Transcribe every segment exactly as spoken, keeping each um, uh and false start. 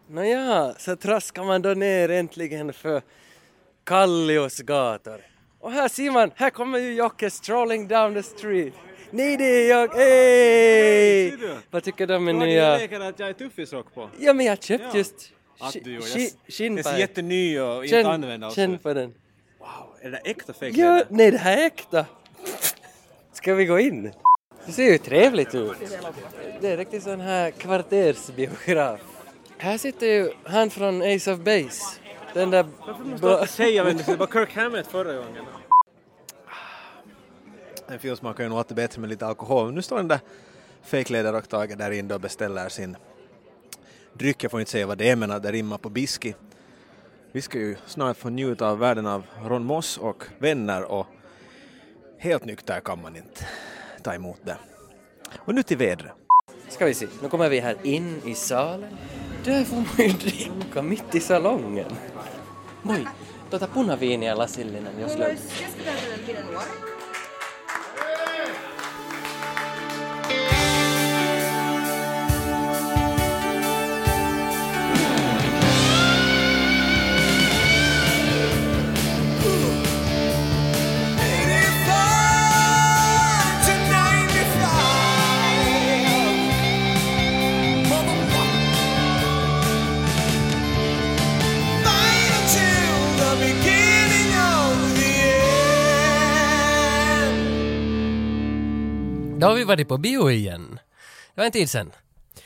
Nåja, så traskar man då ner äntligen för Kallios gator. Och här ser man, här kommer ju Jocke strolling down the street. Nej, det är jag. Hej! Vad tycker du om min nya... Du har att jag är tuffisrock på. Ja, men jag köpt ja. just Att du gjorde. skinnpär. Det ser jätteny och inte använda också. Känn på den. Wow, är det äkta fake? Ja, nej, det här är äkta. Ska vi gå in? Det ser ju trevligt ut. Det är riktigt sån här kvartersbiograf. Här sitter ju han från Ace of Base. Den där... Varför måste du alltid säga vem det var Kirk Hammett förra gången? En film smakar ju nog alltid bättre med lite alkohol. Nu står den där fejkledarrocktager där inne och beställer sin dryck. Jag får inte säga vad det är, men det rimmar på whisky. Vi ska ju snart få njuta av världen av Ron Moss och vänner, och helt nykter kan man inte ta emot det. Och nu till vädret. Ska vi se, nu kommer vi här in i salen. Där får man ju dricka mitt i salongen. Moi, tuota punaviiniä lasillinen, jos löydät. Då har vi varit på bio igen. Det var en tid sedan.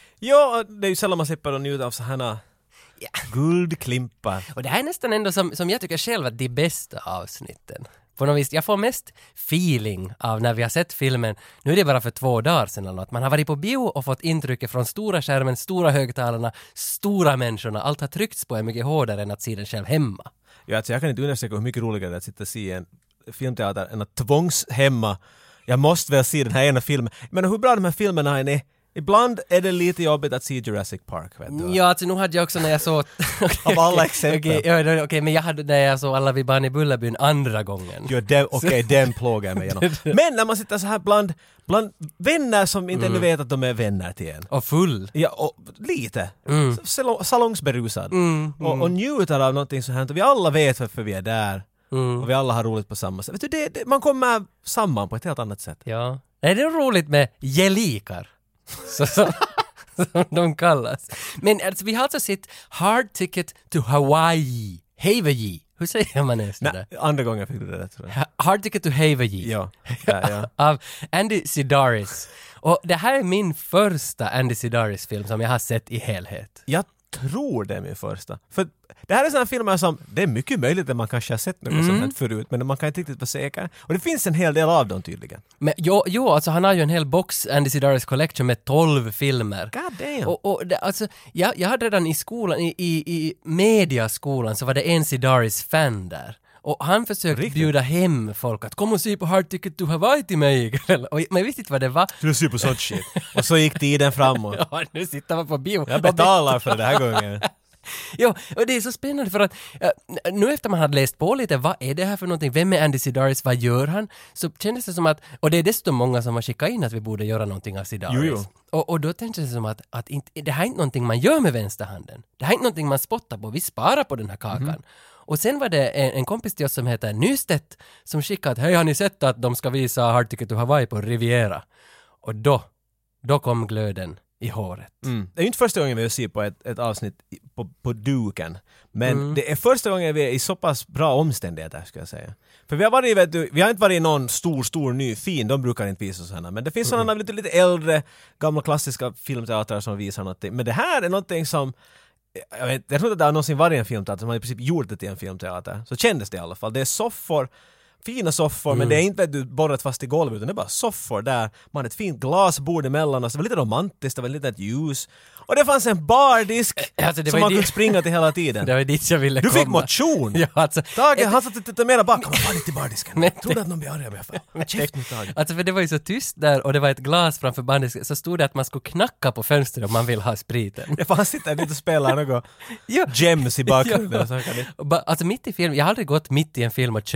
Ja, det är ju sällan man slipper att njuta av så här ja. guldklimpar. Och det här är nästan ändå som, som jag tycker själv att de bästa avsnitten. På något vis, jag får mest feeling av när vi har sett filmen. Nu är det bara för två dagar sedan eller något. Man har varit på bio och fått intrycket från stora skärmen, stora högtalarna, stora människorna. Allt har tryckts på en mycket hårdare än att se den själv hemma. Ja, alltså jag kan inte undersöka hur mycket roligare det är att sitta och se en filmteater än att tvångshemma. Jag måste väl se den här ena filmen. Men hur bra de här filmerna är. Ibland är det lite jobbigt att se Jurassic Park, vet du. Ja, alltså nu hade jag också när jag såg... Av alla exempel. Okej, okay, ja, okay, men jag hade när jag såg Alla vid barn i Bullerbyn andra gången. Ja, okej, okay, den plågar mig igenom. Men när man sitter så här bland, bland vänner som inte mm. ännu vet att de är vänner till en. Och full. Ja, och lite. Mm. Sal- salongsberusad. Mm, mm. Och, och njuter av någonting så här. Och vi alla vet varför vi är där. Mm. Och vi alla har roligt på samma sätt. Vet du, det, det, man kommer samman på ett helt annat sätt. Ja. Nej, det är roligt med gelikar. Så, så, som de kallas. Men alltså, vi har alltså sett Hard Ticket to Hawaii. Hawaii. Hur säger man ens det där? Andra gången fick du det rätt. Hard Ticket to Hawaii. Ja. ja, ja. Av Andy Sidaris. Och det här är min första Andy Sidaris-film som jag har sett i helhet. Jag tror det är min första. För det här är sådana filmer som, det är mycket möjligt att man kanske har sett något mm. sånt förut, men man kan inte riktigt vara säker. Och det finns en hel del av dem tydligen. Men jo, jo alltså han har ju en hel box, Andy Sidaris Collection, med tolv filmer. God damn. Och, och det, alltså, jag, jag hade redan i skolan, i, i, i mediaskolan, så var det en Sidaris-fan där. Och han försökte Riktigt? bjuda hem folk att kom och se på Hard Ticket to Hawaii till mig. Och, men jag visste inte vad det var. Du ser på sånt shit. Och så gick tiden framåt. Ja, nu sitter man på bio. Jag betalar för det här gången. Jo, och det är så spännande för att uh, nu efter man hade läst på lite, vad är det här för någonting? Vem är Andy Sidaris? Vad gör han? Så kändes det som att, och det är desto många som har skickat in att vi borde göra någonting av Sidaris. Jo, jo. Och, och då kändes det som att, att inte, det här är inte någonting man gör med vänsterhanden. Det här är inte någonting man spottar på. Vi sparar på den här kakan. Mm. Och sen var det en, en kompis till oss som heter Nystedt som skickade att hej, har ni sett att de ska visa Hard Ticket to Hawaii på Riviera? Och då, då kom glöden i håret. Mm. Det är ju inte första gången vi ser på ett, ett avsnitt på, på duken. Men mm. det är första gången vi är i så pass bra omständigheter, ska jag säga. För vi har, varit, vet du, vi har inte varit i någon stor, stor, ny, fin. De brukar inte visa sådana. Men det finns mm. sådana lite, lite äldre, gamla klassiska filmteatrar som visar någonting. Men det här är någonting som... Jag, vet, jag tror inte att det har någonsin varit en filmteater som har i princip gjort det till en filmteater. Så kändes det i alla fall. Det är soffor, fina soffor, mm. men det är inte vet du, borrat fast i golvet, utan det är bara soffor där. Man har ett fint glasbord emellan oss. Det var lite romantiskt, det var lite ett ljus. Och det fanns en bardisk alltså, som man dit... kunde springa till hela tiden. Det var dit jag ville du komma. Du fick motion! Ja, alltså, Tage, ett... han satt lite mer bak. Kom fan inte till bardisken. Men trodde att någon blir arg med fan. Käft nu, Tage. Alltså för det var ju så tyst där och det var ett glas framför bardisken. Så stod det att man skulle knacka på fönstret om man vill ha spriten. Det fanns sitta lite och spela något ja. gems i bakgrunden. Ja. Alltså mitt i film, jag har aldrig gått mitt i en film och köpt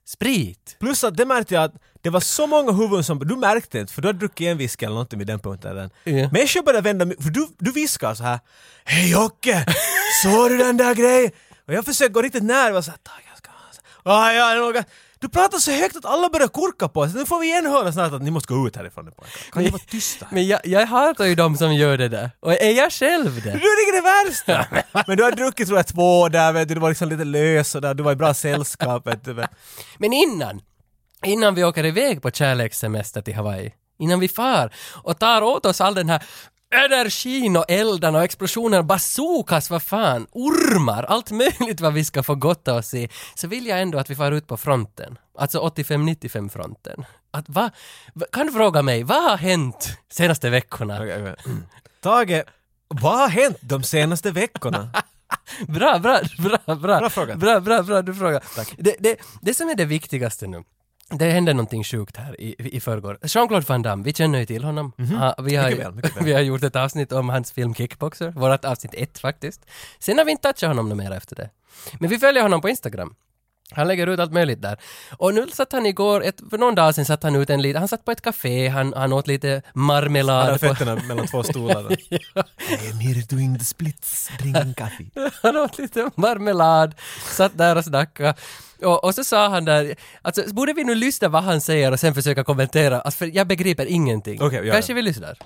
Sprit. Plus att det märkte jag att det var så många huvuden som... Du märkte inte, för du hade druckit en whisky eller någonting vid den punkten. Ja. Människor började vända... För du, du viskar så här. Hej Jocke! Såg du den där grejen? Och jag försökte gå riktigt nära och så här... Jag ska... Ah, ja, några... Du pratar så högt att alla börjar kurka på oss. Nu får vi igen höra snart att ni måste gå ut härifrån. Kan ni vara tysta? Men jag, jag hatar ju de som gör det där. Och är jag själv det? Du är det värsta! Men du har druckit tror jag två där, vet du. Du var liksom lite lös och där. Du var i bra sällskap, vet du. Men innan, innan vi åker iväg på kärlekssemester till Hawaii, innan vi far och tar åt oss all den här energin och elden och explosionen, bazookas, vad fan, ormar, allt möjligt vad vi ska få gotta oss i, så vill jag ändå att vi far ut på fronten. Alltså åttiofem nittiofem fronten. Att va, kan du fråga mig, vad har hänt senaste veckorna? Okay, okay. Tage, vad har hänt de senaste veckorna? Bra, bra, bra, bra. Bra fråga. Bra, bra, bra, du frågar. Det, det, det som är det viktigaste nu, det hände någonting sjukt här i, i förrgår. Jean-Claude Van Damme, vi känner ju till honom. Mm-hmm. Ha, vi, har, mycket väl, mycket väl. vi har gjort ett avsnitt om hans film Kickboxer, vårt avsnitt ett faktiskt. Sen har vi inte touchat honom mer efter det. Men vi följer honom på Instagram. Han lägger ut allt möjligt där. Och nu satt han igår, ett, för någon dag sedan satt han ut en liten, han satt på ett café, han, han åt lite marmelad. Han har på... fötterna mellan två stolar. ja. I am here doing the splits, drinking coffee. Han åt lite marmelad, satt där och snackade. Och, och så sa han där, alltså borde vi nu lyssna vad han säger och sen försöka kommentera, alltså, för jag begriper ingenting. Okay, ja, Kanske ja. vi lyssnar.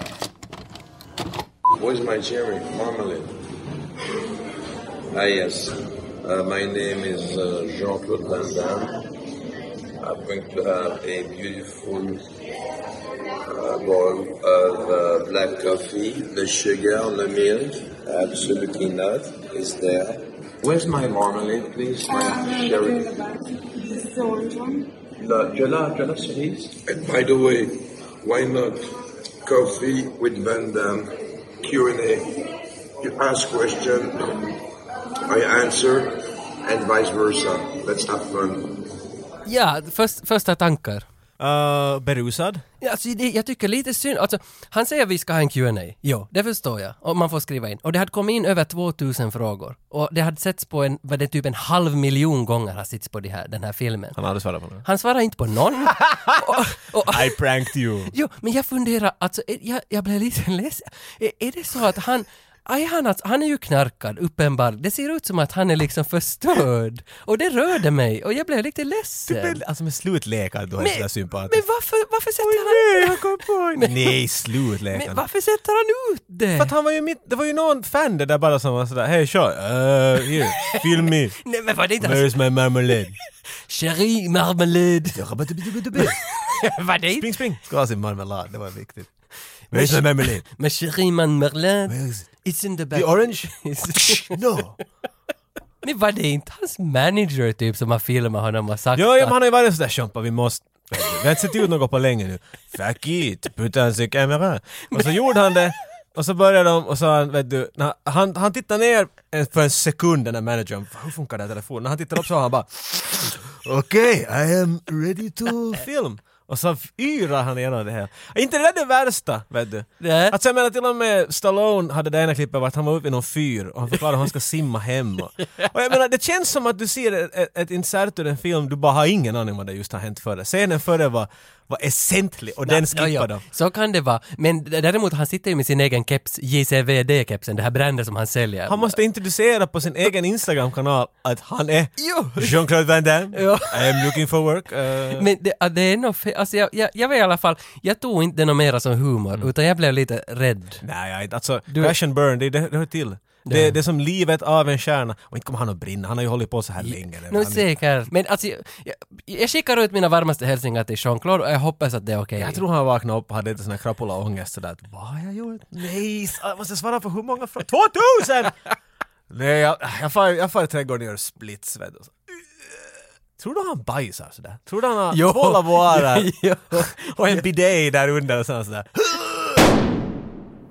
Where's my cherry marmalade? Ah yes, uh, my name is uh, Jean-Claude Van Damme. I'm going to have a beautiful uh, bowl of uh, black coffee. The sugar, the milk, absolutely not, is there. Where's my marmalade, please? My Um, cherry. This orange one. La, de la, de la cerise. And by the way, why not coffee with Van Damme? Q and A. You ask question, I answer, and vice versa. Let's have fun. Ja, först, första tankar. Uh, berusad? Ja, alltså, det, jag tycker lite synd. Alltså, han säger att vi ska ha en Q and A. Jo, det förstår jag. Och man får skriva in. Och det hade kommit in över tvåtusen frågor. Och det hade setts på en, vad det typ en halv miljon gånger har setts på de här, den här filmen. Han hade svarat på det. Han svarar inte på någon. och, och, I pranked you. Jo, men jag funderar, alltså, jag, jag blev lite ledsen. Är, är det så att han... Aj, han, alltså, han är ju knarkad, uppenbar. Det ser ut som att han är liksom förstörd. Och det rörde mig. Och jag blev lite ledsen. Du, alltså med slutläkaren, du är sådär sympatisk. Men varför, varför sätter han... Nej, jag kom på men, Nej, slutläkaren. Men varför sätter han ut det? För att han var ju mitt... Det var ju någon fan där bara som var sådär, hej, kör, uh, here, film me. Nej, men var det inte... Where's my marmalade? Chérie marmelade. Var det inte... Spring, spring. Ska ha sin marmelad, det var viktigt. Where's my marmalade? Men chérie marmelade. Where's It's in the back. the orange? No. Men var det inte hans manager typ som har filmat honom och sagt Jo, ja, att... men han har ju varit sådär tjompa, vi måste... Vi har inte sett ut något på länge nu. Fuck it, putta hans i kamera. Och så gjorde han det, och så började de, och så han, vet du, när han, han tittade ner för en sekund, den där managern, hur funkar det här telefonen? När han tittade upp så han bara, okej, okay, I am ready to film. Och så yrar han igenom det här. Inte det där det värsta, vet du. Nej. Alltså jag menar till och med Stallone hade det ena klippet att han var uppe i någon fyr och han förklarade att han ska simma hem. Och, och jag menar, det känns som att du ser ett, ett, ett insert ur en film, du bara har ingen aning om vad det just har hänt före. Scenen före var, var essentlig och den skippade ja, ja. Så kan det vara. Men däremot han sitter ju med sin egen keps, J C V D-kepsen, det här branden som han säljer. Han måste introducera på sin egen Instagram-kanal att han är Jo. Jean-Claude Van Damme. Jo. I am looking for work. Uh... Men det, det är nog fe- alltså jag, jag, jag var i alla fall, jag tog inte det något mera som humor, mm. utan jag blev lite rädd. Nej, jag, alltså Du... crash and burn, det, det, det hör till. Det, ja. det är som livet av en stjärna. Och inte kommer han att brinna, han har ju hållit på så här länge. Nu säkert. Men alltså, jag, jag, jag skickar ut mina varmaste hälsningar till Jean-Claude och jag hoppas att det är okej. Okay. Jag tror han vaknade upp och hade lite sån här krappula ångest sådär. Vad har jag gjort? Nej, jag måste svara på hur många frågor? tvåtusen! Nej, jag, jag, far, jag far i trädgården och gör splits. Vet du. Tror du han bajsar sådär? Tror du han har två lavoarer och en bidet där under och sådär?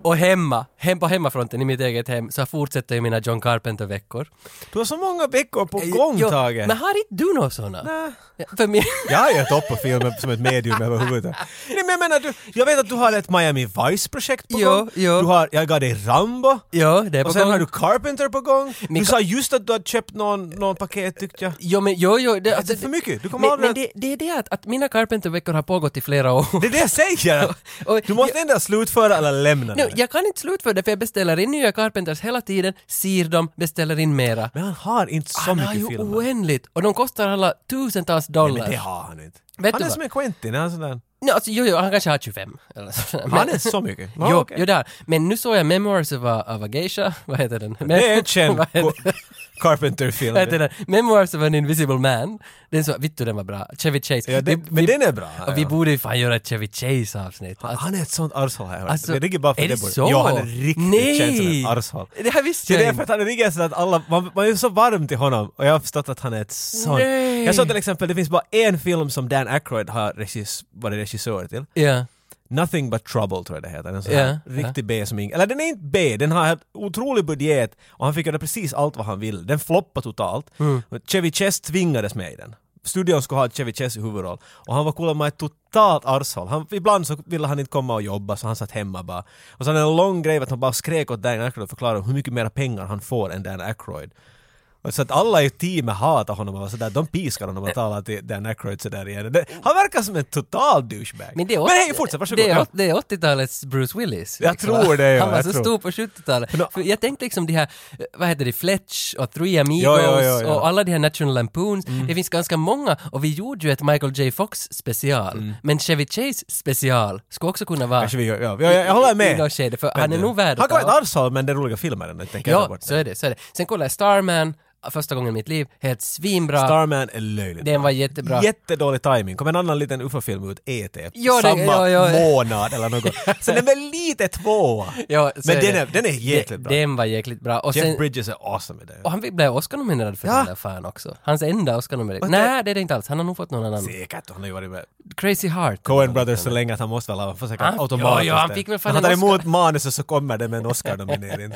Och hemma, hem på hemmafronten i mitt eget hem, så fortsätter ju mina John Carpenter-veckor. Du har så många veckor på gång, Jo, Tage. men har inte du några sådana? Nej. Ja, för mig... Jag har gett upp på filmen som ett medium överhuvudtaget. Nej, men jag menar, du, jag vet att du har ett Miami Vice-projekt på Jo, gång. jo. Du har, jag gav dig Rambo. Ja, det är på Och sen gång. har du Carpenter på gång. Min du ka- sa just att du hade köpt någon, någon paket, tyckte jag. Jo, men jo, jo. Det, Alltså, det är för mycket. Du kommer men, aldrig... men det, det är det att, att mina Carpenter-veckor har pågått i flera år. Det är det jag säger! Och- Du måste ändå slutföra eller lämna Nu, det. jag kan inte slutföra det för jag beställer in nya Carpenters hela tiden, ser dem, beställer in mera. Men han har inte så Han har ju mycket filmer. oändligt och de kostar alla tusentals dollar. Men det har han inte. Vet han du är vad? som en Quentin, han är sådär. No, alltså, jo, jo, han kanske har tjugofem. Eller så. Men, Han är så mycket. Ja, jo, okej. jo, där. Men nu såg jag Memoirs of a, of a Geisha, vad heter den? Det är en känd Vad heter- Carpenter-film. vad heter den? Memoirs of an Invisible Man. Den så, vittu den var bra. Chevy Chase. Ja, det, Vi- men vi- den är bra. Och vi ja. borde ju fan göra ett Chevy Chase-avsnitt. Alltså, Han är ett sånt arshåll här. Alltså, det ligger bara för är det borde- så? Ja, han är riktigt Nej! känd som ett arshåll. det här visste Det är jag för inte. att han är riktigt så att alla, man, man är så varm till honom och jag har förstått att han är ett sånt. Nej! Jag såg till exempel, det finns bara en film som Dan Aykroyd har regis, varit regissör till. Ja. Nothing But Trouble tror jag det heter. En sån Ja, här riktig B som ing... Eller den är inte B, den har en otrolig budget och han fick göra precis allt vad han vill. Den floppade totalt. Mm. Chevy Chase tvingades med i den. Studion skulle ha Chevy Chase i huvudroll. Och han var cool med ett totalt arshåll. Han, ibland så ville han inte komma och jobba så han satt hemma bara. Och så hade han en lång grej att han bara skrek åt Dan Aykroyd och förklarade hur mycket mer pengar han får än Dan Aykroyd. Och så att alla i teamet hatar honom och sådär, de piskar honom och talar till Dan Aykroyd sådär igen. Det, han verkar som en total douchebag. Men, det är Men hej, fortsätt, varsågod. Det är, Ja. åt- det är åttiotalets Bruce Willis. Jag tror det, ja, Han var jag så tror. stor på sjuttiotalet. Men då- För jag tänkte liksom de här, vad heter det, Fletch och Three Amigos Ja, ja, ja, ja. och alla de här National Lampoons. Det finns ganska många och vi gjorde ju ett Michael J. Fox special. Men Chevy Chase special skulle också kunna vara Kanske vi gör, ja, jag, jag, jag håller i med. något skede, för Men, han är nog värd Han att kan vara ta. ett arshåll men det är roliga filmer ändå, tänker jag ta Ja, bort så är det, så är det. Sen kollade jag Starman, första gången i mitt liv, helt svinbra. Starman är löjligt Den bra. var jättebra. Jättedålig timing. Kom en annan liten U F O-film ut, E T. Ja, det- Samma ja, ja. månad eller något. Så den är väl lite tvåa. Ja, så Men den det. är, den är jäkligt bra. Den var jäkligt bra. Och Jeff sen, Bridges är awesome i det. Och han blev Oscar-nominerad för Ja. den där fan också. Hans enda Oscar-nominering. Och det- Nej, det är det inte alls. Han har nog fått någon annan. Säkert, han har ju varit med Crazy Heart. Coen Brothers så länge att han måste väl ha, får säkert Han- automatiskt. ja, ja, han det. fick väl fan När han en tar Oscar. emot manuset så kommer det med en Oscar-nominering.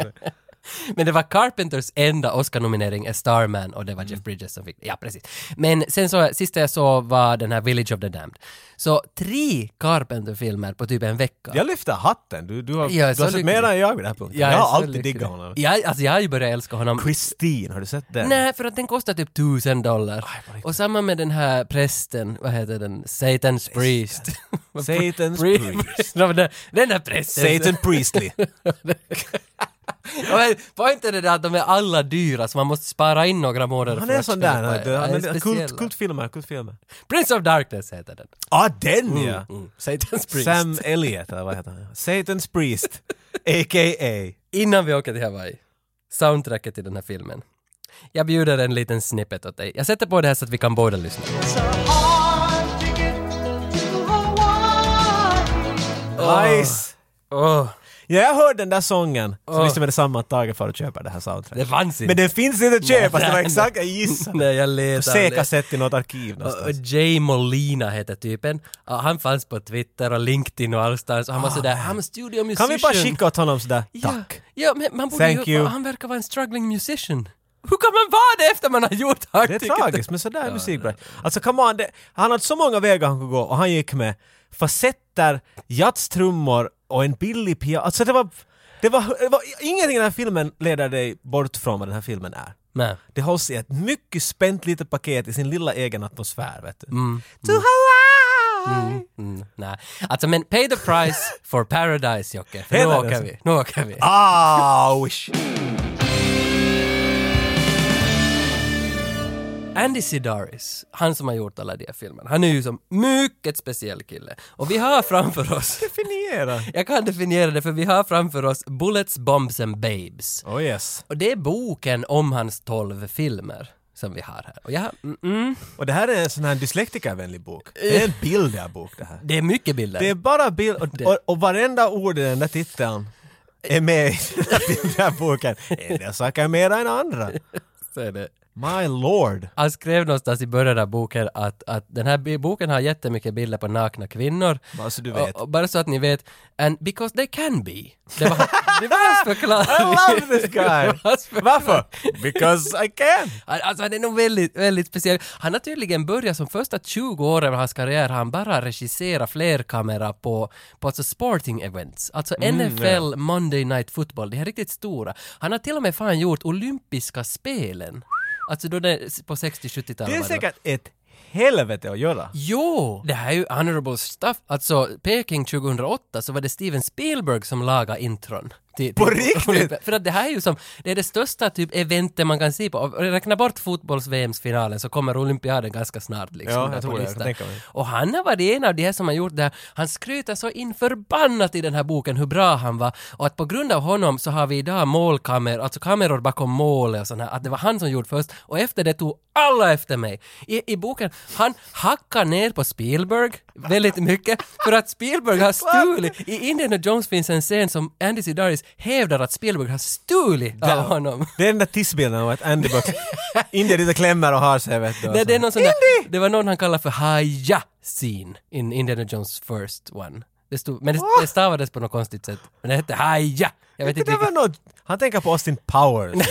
Men det var Carpenters enda Oscar-nominering är Starman och det var Jeff Mm. Bridges som fick. Ja, precis. Men sen så, sista jag såg var den här Village of the Damned. Så tre Carpenter-filmer på typ en vecka. Jag lyfter hatten. Du, du har, Jag är du så har sett lycklig. mer än jag vid det här punkten. Jag Jag, är har så alltid lycklig. diggat honom. Ja, alltså jag har ju börjat älska honom. Christine, har du sett den? Nej, för att den kostar typ tusen dollar. Och samma med den här prästen, vad heter den? Satan's Priest. Satan's Pri- Priest. Ja, men den, den där prästen. Satan Priestley. Ja, men poängen är det att de är alla dyra så man måste spara in några månader Han för är att sån köpa. där. Ja, Han är är speciella. kult, kultfilmer, kultfilmer. Prince of Darkness heter den. Ah, den ja! Mm. Satan's Priest. Sam Elliot, eller vad heter han? Satan's Priest, a k a. Innan vi åker till Hawaii, soundtracket till den här filmen. Jag bjuder en liten snippet åt dig. Jag sätter på det här så att vi kan båda lyssna. Nice! Åh, Ja, jag hörde den där sången, så Åh. visste jag med detsamma att Tage för att köpa det här soundtracket. det fanns inte. Men den finns inte att köpa, Nej, det var nej, exakt, jag gissade. Nej, jag På letar. C-kassett i något arkiv Och någonstans. Jay Molina heter typen. Ja, han fanns på Twitter och LinkedIn och allstans. Och han var sådär, I'm a studio musician. Kan vi bara skicka åt honom sådär, Ja, tack. ja men man borde Thank ju, you. han verkar vara en struggling musician. Hur kan man vara det efter man har gjort Hard Det är Ticket? tragiskt, men sådär är musikbranschen. Alltså come on, det, han hade så många vägar han kunde gå och han gick med facetter, jazztrummor och en billig piano. Alltså det var, det var, det var ingenting i den här filmen leder dig bort från vad den här filmen är. Nej. Det hålls i ett mycket spänt litet paket i sin lilla egen atmosfär, vet du. Mm. To Hawaii! Mm, nej. Alltså men pay the price for paradise, Jocke. För nu Hela åker den. vi. Nu åker vi. Ah, wish! Andy Sidaris, han som har gjort alla de här filmerna, han är ju som mycket speciell kille. Och vi har framför oss, Definiera. jag kan definiera det för vi har framför oss Bullets, Bombs and Babes. Oh yes. Och det är boken om hans tolv filmer som vi har här. Och jag, mm, mm, Och det här är en sån här dyslektikervänlig bok. Det är en bilderbok det här. det är mycket bilder. Det är bara bild och, och, och varenda ord i den där titeln är med i den där boken. En del saker är mer än andra. Så är det. My lord. Han skrev någonstans i början av boken att, att den här bi- boken har jättemycket bilder på nakna kvinnor. Bara så du vet. Och, och bara så att ni vet. And because they can be. Det var, det var hans förklaring. I love this guy. Det var hans förklaring. Varför? Because I can. Han- Alltså han är nog väldigt, väldigt speciell. Han har tydligen börjat som första tjugo åren av hans karriär har han bara regisserat flerkamera på, på alltså sporting events. Alltså N F L, Monday Night Football, det är riktigt stora. Han har till och med fan gjort olympiska spelen. Alltså då det på sextio-sjuttiotalet. Det är var det. säkert ett helvete att göra. Jo! Det här är ju honorable stuff. Alltså Peking tjugohundraåtta så var det Steven Spielberg som lagade intron. Till, På till, riktigt? För att det här är ju som, det är det största typ eventet man kan se på. Och räkna bort fotbolls-V M's-finalen så kommer olympiaden ganska snart liksom. Ja, där jag på tror det. Jag listan. kan tänka mig. Och han har varit en av de här som har gjort det här. Han skryter så införbannat i den här boken hur bra han var. Och att på grund av honom så har vi idag målkameror, alltså kameror bakom målet och sånt här. Att det var han som gjorde först. Och efter det tog alla efter mig. I, i boken, han hackar ner på Spielberg väldigt mycket. För att Spielberg har stulit. I Indiana Jones finns en scen som Andy Sidaris hävdar att Spielberg har stulit av honom. Det är den där tissbilden av att Andy bara India lite klämmer och har sig, vet du. Det, det, är någon sån där, det var någon han kallar för Haya scene in Indiana Jones first one. Det stod, men det, det stavades på något konstigt sätt. Men det hette Haya. Jag vet det inte var vilket. något, han tänker på Austin Powers.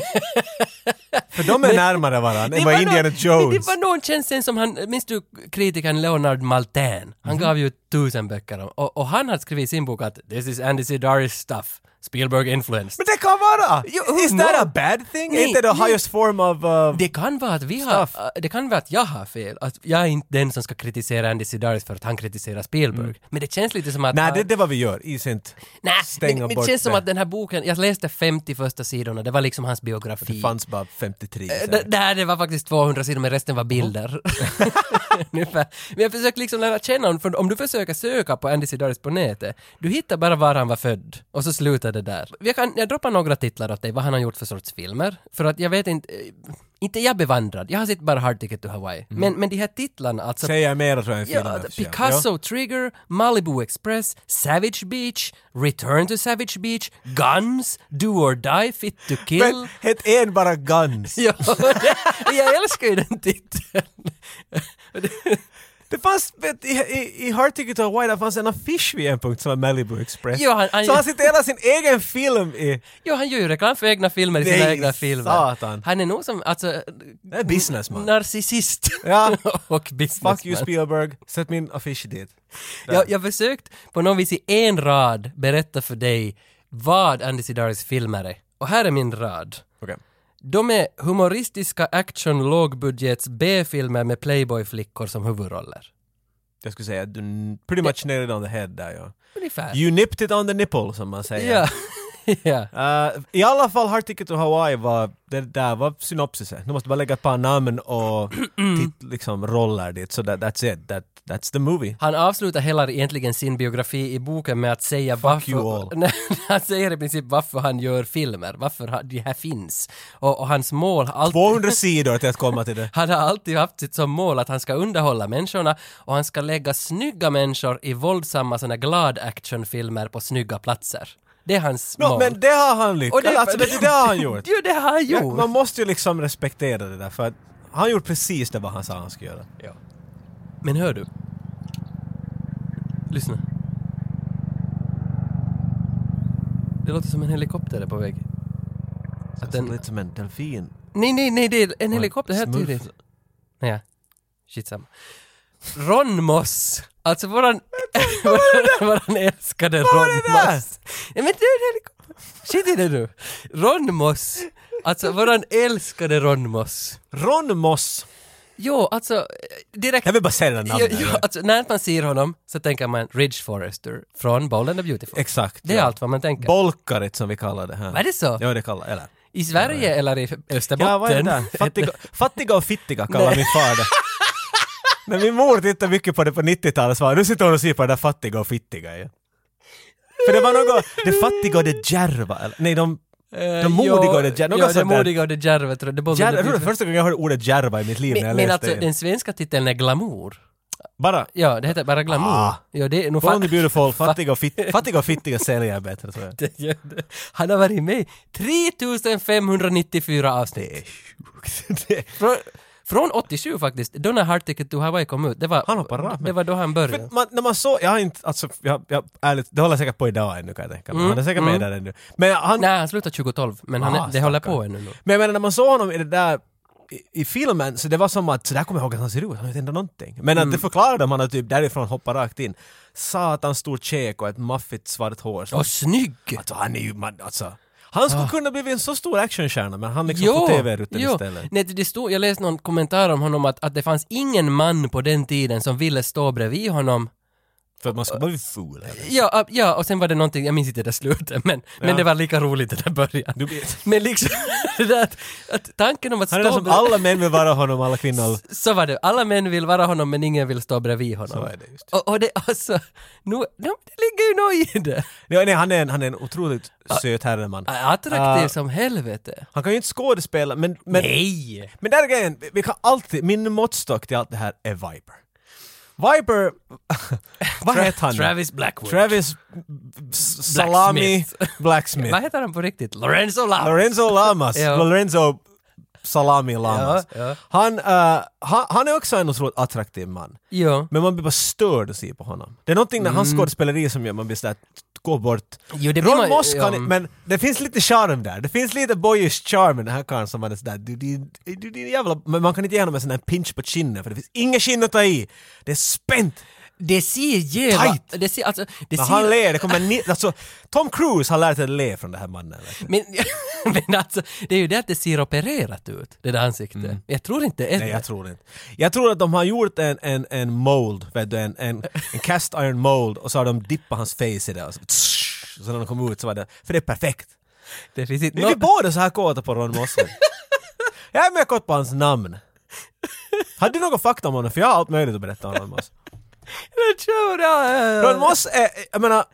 För de är närmare varandra än vad Indiana någon, Jones. Det var någon känsla som han, minns du kritikern Leonard Maltin? Han gav ju tusen böcker om. Och, och han hade skrivit i sin bok att this is Andy Sidaris stuff. Spielberg influenced. Men det kan vara! Jo, Is no. that a bad thing? Nej, Är inte the nej. highest form of... Uh, Det kan vara att vi har, Stuff. uh, det kan vara att jag har fel. Att jag är inte den som ska kritisera Andy Sidaris för att han kritiserar Spielberg. Men det känns lite som att... nej, han- det är det vad vi gör. Is inte Nej, stänga men, men bort det känns som det. att den här boken, jag läste femtio första sidorna, det var liksom hans biografi. Det fanns bara femtiotre. Eh, det, nej, det var faktiskt tvåhundra sidor, men resten var bilder. Ungefär. Men jag försöker liksom lära känna honom, för om du försöker söka på Andy Sidaris på nätet, du hittar bara var han var född, och så slutar det där. Jag, kan, jag droppar några titlar åt dig, vad han har gjort för sorts filmer, för att jag vet inte, eh, inte jag bevandrad, jag har sett bara Hard Ticket to Hawaii, men, men de här titlarna, alltså... Säger mer tror jag än filmen. Ja, eftersom. Picasso, Ja. Trigger, Malibu Express, Savage Beach, Return to Savage Beach, Guns, Do or Die, Fit to Kill. Men het en bara Guns. Ja, det, jag älskar ju den titeln. Det fanns, vet, i, i, i Hard Ticket to Hawaii, det fanns en affisch vid en punkt som var Malibu Express. Jo, han- han- så han sitter hela sin egen film i... Jo, han gör ju reklam för egna filmer i sina Nej, egna filmer. satan. Han är nog som, alltså... Det är businessman. Narcissist. Ja. Och businessman. Fuck you Spielberg, sätt min affisch dit. Där. Jag, jag har försökt på något vis i en rad berätta för dig vad Andy Sidaris filmer är. Och här är min rad. Okej. De är humoristiska action lågbudgets B-filmer med Playboy-flickor som huvudroller. Jag skulle säga, du pretty much nailed it on the head där, ja. Ungefär. You nipped it on the nipple, som man säger. Ja. ja. Uh, I alla fall Hard Ticket to Hawaii var, det där var synopsisen. Du måste bara lägga ett par namn och tit, liksom roller dit, så that, that's it. That, that's the movie. Han avslutar hela egentligen sin biografi i boken med att säga Fuck you varför... all. Nej, han säger i princip varför han gör filmer, varför han- det här finns. Och, och hans mål har alltid... tvåhundra sidor till att komma till det. Han har alltid haft sitt som mål att han ska underhålla människorna och han ska lägga snygga människor i våldsamma såna glad actionfilmer på snygga platser. Det är hans No, mål. men det har han lyckats. Och det- Alltså, det, det har han gjort. Jo, det har han Ja, gjort. man måste ju liksom respektera det där, för att han har gjort precis det vad han sa han skulle göra. Ja. Men hör du? Lyssna. Det låter som en helikopter är på väg. Att Den... den... Lite som en delfin. Nej, nej, nej, det är en Och helikopter, helt smurf. tydligt. Nej, ja. Shit samma. Ron Moss. Alltså våran... våran, våran älskade Vad var Ron det där? Moss. Ja, men det är en helikopter. Shit är det nu. Ron Moss. Alltså våran älskade Ron Moss. Ron Moss. Jo, alltså direkt... Jag vill bara säga det där Jo, namnet. jo, alltså, när man ser honom så tänker man Ridge Forrester från Bold and the Beautiful. Exakt. Det är ja. allt vad man tänker. Bolkarit som vi kallar det här. Är det så? Ja, det kallar eller. I Sverige eller i Österbotten? Ja, vad är det där? Fattiga, fattiga och fittiga kallar Nej. min far det. När min mor tittade mycket på det på nittiotalet så var nu sitter hon och ser på det där fattiga och fittiga. Ja. För det var något, det fattiga och det djärva. Eller, nej, de, Eh, de modiga och det djärva. Ja, det modiga och det djärva tror jag. Det Djärva, jag tror det var första gången jag hörde ordet djärva i mitt liv när Men, jag men läste alltså det. den svenska titeln är glamour. Bara? Ja, det heter bara Glamour. Ah. Ja, det är nog Born the Beautiful, fattiga och, fit, fattiga och fittiga säljer bättre tror jag. Det gör det. Han har varit med i tre tusen femhundranittiofyra avsnitt. Det är sjukt. Det- Från, från åttiosju faktiskt, då när Hard Ticket to Hawaii kom ut. Det var, Han hoppar rakt med. det var då han började. För man, när man såg, jag har inte, alltså, jag, jag, ärligt, det håller säkert på idag ännu kan jag tänka mig. Mm, Han är säkert med mm. där ännu. Men han, Nej, han slutade tjugotolv, men han, Ah, är- det håller stackarn. på ännu nu. men jag menar när man såg honom i det där i, i filmen så det var som att så där kommer jag ihåg att han ser ut, han vet inte någonting. Men Mm. att det förklarade man att typ därifrån hoppar rakt in. Satan stor käk och ett maffigt svart hår. Så, Och snygg! alltså han är ju, man, alltså. Han skulle kunna bli en så stor actionstjärna men han liksom Jo, på tv-rutan jo. istället. Nej, det stod, jag läste någon kommentar om honom att, att det fanns ingen man på den tiden som ville stå bredvid honom. För att man ska vara ful. Eller? Ja, ah, ja, och sen var det någonting, jag minns inte det slutet, men, men Ja. det var lika roligt det där början. Du blir, Men liksom, det där att, att tanken om att han är stå som bredvid, alla män vill vara honom, alla kvinnor. så var det, alla män vill vara honom men ingen vill stå bredvid honom. Så är det just. Och, och det, alltså, nu, nu, det ligger ju något i det. Ja, nej, han, är en, han är en otroligt söt herreman. Attraktiv Ah. som helvete. Han kan ju inte skådespela men... men Nej! Men där är grejen, vi- vi kan alltid, min måttstock till allt det här är Viper. Viper, vad heter han? Travis Blackwood. Travis S- Salami Blacksmith. Blacksmith. Vad heter han på riktigt? Lorenzo Lamas. Lorenzo Lamas. Ja. Lorenzo Salami Lamas. Ja, ja. Han, uh, han, han är också en otroligt attraktiv man. Jo. Men man blir bara störd att se på honom. Det är någonting när hans skådespeleri som gör man blir sådär, gå bort. Jo, det blir Ron man- Moss kan ja. men det finns lite charm där. Det finns lite boyish charm i den här karln som man är sådär, du, du, du, du, du jävla... Men man kan inte ge honom en sån här pinch på kinnen för det finns inga skinn att ta i. Det är spänt. Det ser jävla... Tight. Det ser, alltså, det När ser, han ler, det kommer ni, alltså, Tom Cruise har lärt sig att le från den här mannen. vet du. men, men alltså, det är ju det att det ser opererat ut, det där ansiktet. Jag tror inte det är Nej, det. jag tror inte. Jag tror att de har gjort en, en, en mold, vet du, en, en, en cast iron mold och så har de dippat hans face i det och så, så när de kom ut så var det, för det är perfekt. Det finns inte Vi är vi nå- båda så här kåta på Ron Moss. Jag är med kort på hans namn. Hade du något fakta om honom? För jag har allt möjligt att berätta om Ron Moss. Jag tror det. Ron Moss är, jag menar,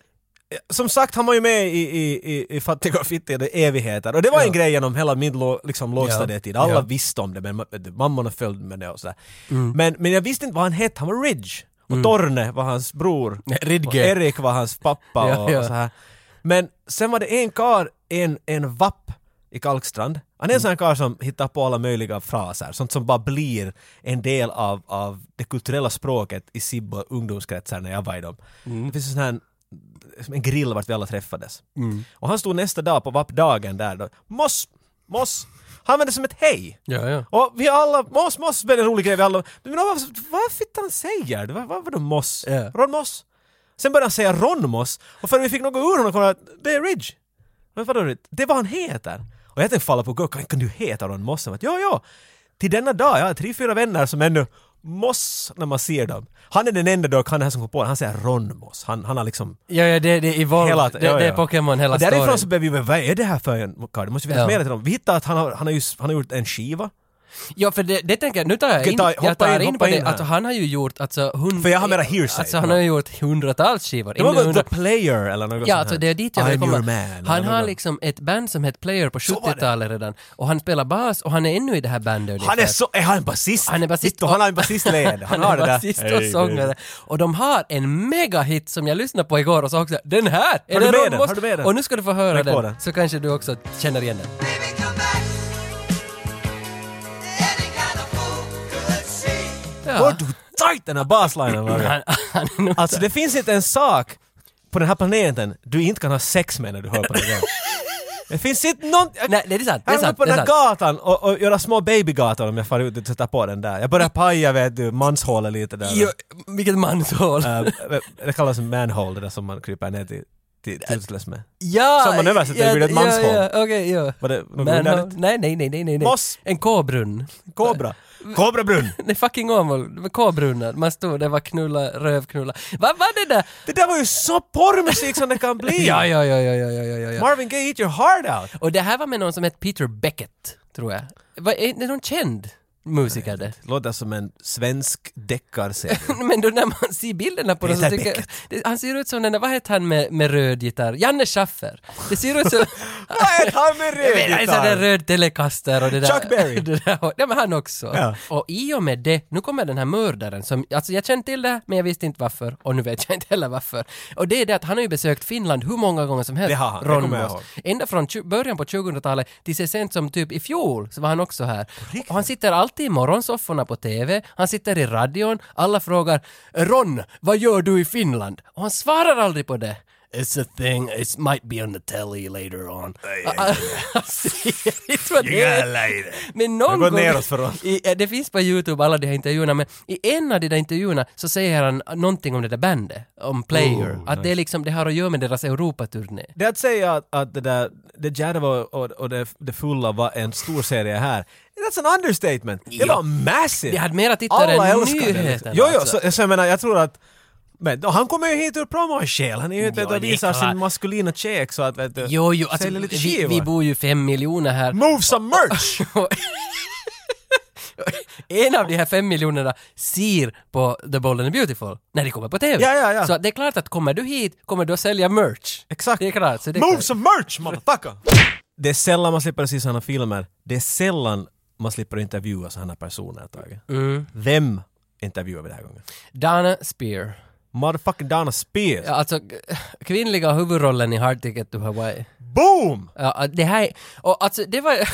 som sagt han var ju med i, i, i, i Fattiga och fittiga i evigheter och det var en Ja. grej genom hela min lå, liksom, lågstadietid. Alla Ja. visste om det men ma- mammorna följde med det och sådär. Men, men jag visste inte vad han hette, han var Ridge. Och Torne var hans bror. Nej, Ridge. Och Erik var hans pappa Ja, och, ja. och så här. Men sen var det en kar, en, en vapp i Kalkstrand. Han är en sån här karl som hittar på alla möjliga fraser, sånt som bara blir en del av, av det kulturella språket i Sibbo ungdomskretsar när jag var i dem. Det finns en sån här en grill vart vi alla träffades. Och han stod nästa dag på vappdagen där då. Moss! Moss! Han använde det som ett hej. Ja, ja. Och vi alla, Moss, Moss, väldigt rolig grej. Vi alla, men vad, vad fick han säger? Vad, vad var det Moss? Ja. Ron Moss? Sen började han säga Ron Moss. Och för vi fick något ur honom kom det att det är Ridge. Men vadå Ridge? Det är vad han heter. Och jag tänkte falla på gå, kan, kan du heta Ron Moss? Jag bara, ja, ja. Till denna dag, jag har tre, fyra vänner som ännu Moss när man ser dem. Han är den enda då, han är här som kom på det. Han säger Ron Moss. Han, han har liksom... Ja, ja, det, det är Evolve. Hela, det, ja, det är ja. Pokémon hela och därifrån storyn. så blev vi, vad är det här för en kard? Det måste finnas Ja. mer till dem. Vi hittade att han har, han har, just, han har gjort en skiva. Ja, för det, det tänker jag, nu tar jag in, Ta- jag hoppa tar in, in, hoppa på in det, här. alltså han har ju gjort, alltså hund, För jag har mera hearsay. Alltså han har ju gjort hundratals skivor. Det var Inte väl hundra- The Player eller något Ja, sånt alltså här. det är dit jag vill I'm komma. your man. Han eller har något. liksom ett band som heter Player på Så var det. sjuttiotalet redan. Och han spelar bas och han är ännu i det här bandet. Han är så... Är han basist? Han är basist. Vittu, han har en basistled. Han, Han har är det där. basist och Hej, sångare. hej. Och de har en megahit som jag lyssnade på igår och sa också den här! Är Har du det med Ron den? Moss? Har du med den? Och nu ska du få höra Lägg på den. den. Så kanske du också känner igen den. Ja. Hör du tight den här baslinen var det? Han, han är nog Alltså det finns inte en sak på den här planeten du inte kan ha sex med när du hör på den. Det finns inte någon... Nej, det är sant. Det är Jag är sant. på Det är den här sant. gatan och, och göra små babygator om jag far ut och sätter på den där. Jag börjar paja vet du, manshålet lite där. Jo, vilket manshål. Äh, det kallas manhole, det där som man kryper ner till, till toothless med. Ja! Som man översätter, det blir ett manshål. Ja, ja, okej, ja. Var det något Men, vidare? nej, nej, nej, nej, nej. Moss. En K-brunn. Kobra. Kobrabrunn. Nej, fucking Åmål. K-brunnar. Man stod där, var knulla, rövknulla. Vad var det där? Det där var ju så porrmusik som det kan bli. Ja, ja, ja, ja, ja, ja, ja, ja. Marvin Gaye, eat your heart out. Och det här var med någon som hette Peter Beckett, tror jag. Var, är det någon känd? musiker det. Låter som en svensk deckarserie. Men då när man ser bilderna på det så tycker jag, det, han ser ut som den där, vad heter han med, med röd gitarr? Janne Schaffer. Det ser ut som... Vad är han med röd gitarr? Det är en röd Telecaster och det där... Chuck Berry. Det där, ja, men han också. Ja. Och i och med det, nu kommer den här mördaren som, alltså jag kände till det, men jag visste inte varför. Och nu vet jag inte heller varför. Och det är det att han har ju besökt Finland hur många gånger som helst. Det har han, Ron det kommer jag Moss. ihåg. Ända från tju- början på tjugohundratalet till så sent som typ i fjol så var han också här. Och han sitter alltid i morgonsofforna på T V, han sitter i radion, alla frågar Ron, vad gör du i Finland? Och han svarar aldrig på det. It's a thing, it might be on the telly later on. Men någon går gång, neråt för oss. i, det finns på YouTube alla de här intervjuerna, men i en av de där intervjuerna så säger han någonting om det där bandet, om Player, Oh, att nice. det är liksom, det har att göra med deras Europaturné. Det att säga att, att det där, det djärva och, och det, det fulla var en stor serie här, that's an understatement. Det Ja. var massive. Det hade mera tittare Alla än älskar det, nyheterna. liksom. Jo, jo, alltså. så, så jag menar, jag tror att men, och han kommer ju hit ur promo-själ. Han är ju ute Jo, och det är visar klart. sin maskulina check så att vet du, Jo, jo, alltså, säljer lite vi, skivor. vi bor ju fem miljoner här. Move some merch! En av de här fem miljonerna ser på The Bold and the Beautiful när de kommer på T V. Ja, ja, ja. Så det är klart att kommer du hit kommer du att sälja merch. Exakt. Det är klart. Så det är Move klart. some merch, motherfucker! Det är sällan man slipper se sådana filmer. Det är sällan man slipper intervjua sådana personer, Tage. Mm. Vem intervjuar vi den här gången? Dana Spear. Motherfucking Donna Spears. Ja, alltså k- kvinnliga huvudrollen i Hard Ticket to Hawaii. Boom! Ja, det här, och alltså det var, jag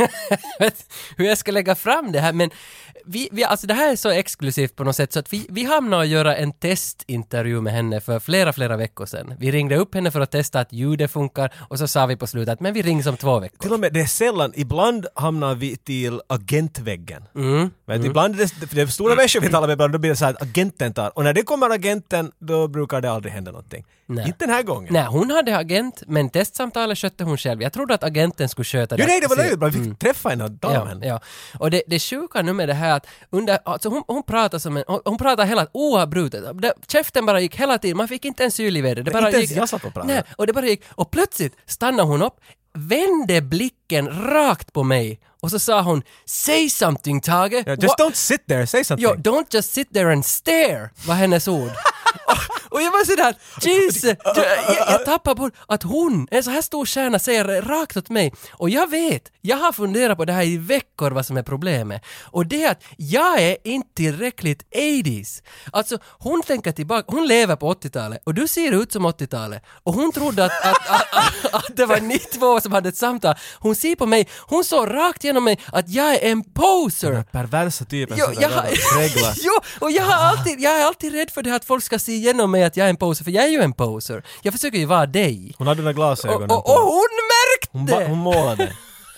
vet hur jag ska lägga fram det här, men vi, vi, alltså det här är så exklusivt på något sätt så att vi, vi hamnade att göra en testintervju med henne för flera, flera veckor sedan. Vi ringde upp henne för att testa att ljudet funkar och så sa vi på slutet att men vi ringer om två veckor. Till och med, det är sällan, ibland hamnar vi till agentväggen. Mm. Men ibland är det, för det är stora människor vi talar med, ibland, då blir det så här att agenten tar. Och när det kommer agenten, då brukar det aldrig hända någonting. Nej. Inte den här gången. Nej, hon hade agent, men testsamtalet skötte hon själv. Jag trodde att agenten skulle sköta det. Jo, nej, det var Se- löjligt bra. Vi fick träffa henne och Ja, damen. ja. Och det, det sjuka nu med det här att under, alltså hon, hon pratar som en, hon, hon pratar hela oavbrutet. Det, käften bara gick hela tiden, man fick inte en syl i vädret. Det Men bara inte ens gick. jag satt och pratade. Nej, och det bara gick. Och plötsligt stannade hon upp, vände blicken rakt på mig och så sa hon "Say something, Tage." Yeah, just What- don't sit there, say something. Jo, don't just sit there and stare, var hennes ord. och, och jag var sådär, Jesus, jag, jag tappar på att hon, en så här stor stjärna, säger rakt åt mig. Och jag vet, jag har funderat på det här i veckor vad som är problemet. Och det är att jag är inte tillräckligt åttiotalet. Alltså, hon tänker tillbaka, hon lever på åttiotalet och du ser ut som åttiotalet. Och hon trodde att, att, att, att, att det var ni två som hade ett samtal. Hon ser på mig, hon såg rakt genom mig att jag är en poser. Perversa typen Jo, som jag, där reglar. jo, och jag, har alltid, jag är alltid rädd för det att folk ska se igenom mig att jag är en poser, för jag är ju en poser. Jag försöker ju vara dig. Hon hade några Och, glasögon och, på. och hon Hon, märkte! ba- hon målade.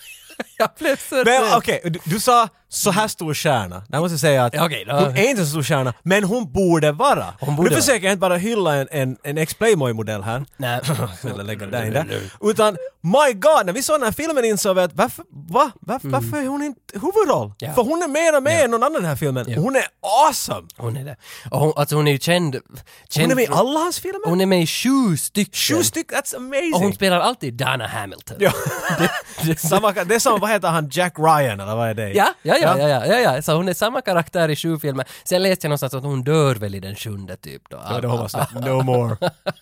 Jag blev så Men rädd. okej, du, du sa så här stor stjärna. Där måste jag säga att Ja, okej, då- hon är inte så stor stjärna, men hon borde vara. Hon borde nu vara. försöker jag inte bara hylla en, en, en ex-Playboy-modell här. Nej. Eller lägga det där inne. Utan, my god, när vi såg den här filmen insåg vi att varför, va? Varför, varför är hon inte huvudroll? Ja. För hon är mer och mer Ja. än någon annan i den här filmen. Ja. Hon är awesome! Hon är det. Och hon, alltså hon är ju känd... känd Hon är med i alla hans filmer. Hon är med i sju stycken. Sju stycken, that's amazing! Och hon spelar alltid Dana Hamilton. Ja. det, det, Samma, det är som, vad heter han, Jack Ryan eller vad är det? Ja, ja, ja, ja, ja, ja, ja. Så hon är samma karaktär i sju filmer. Sen läste jag någonstans att hon dör väl i den sjunde typ då. Ja, det hoppas jag. No more.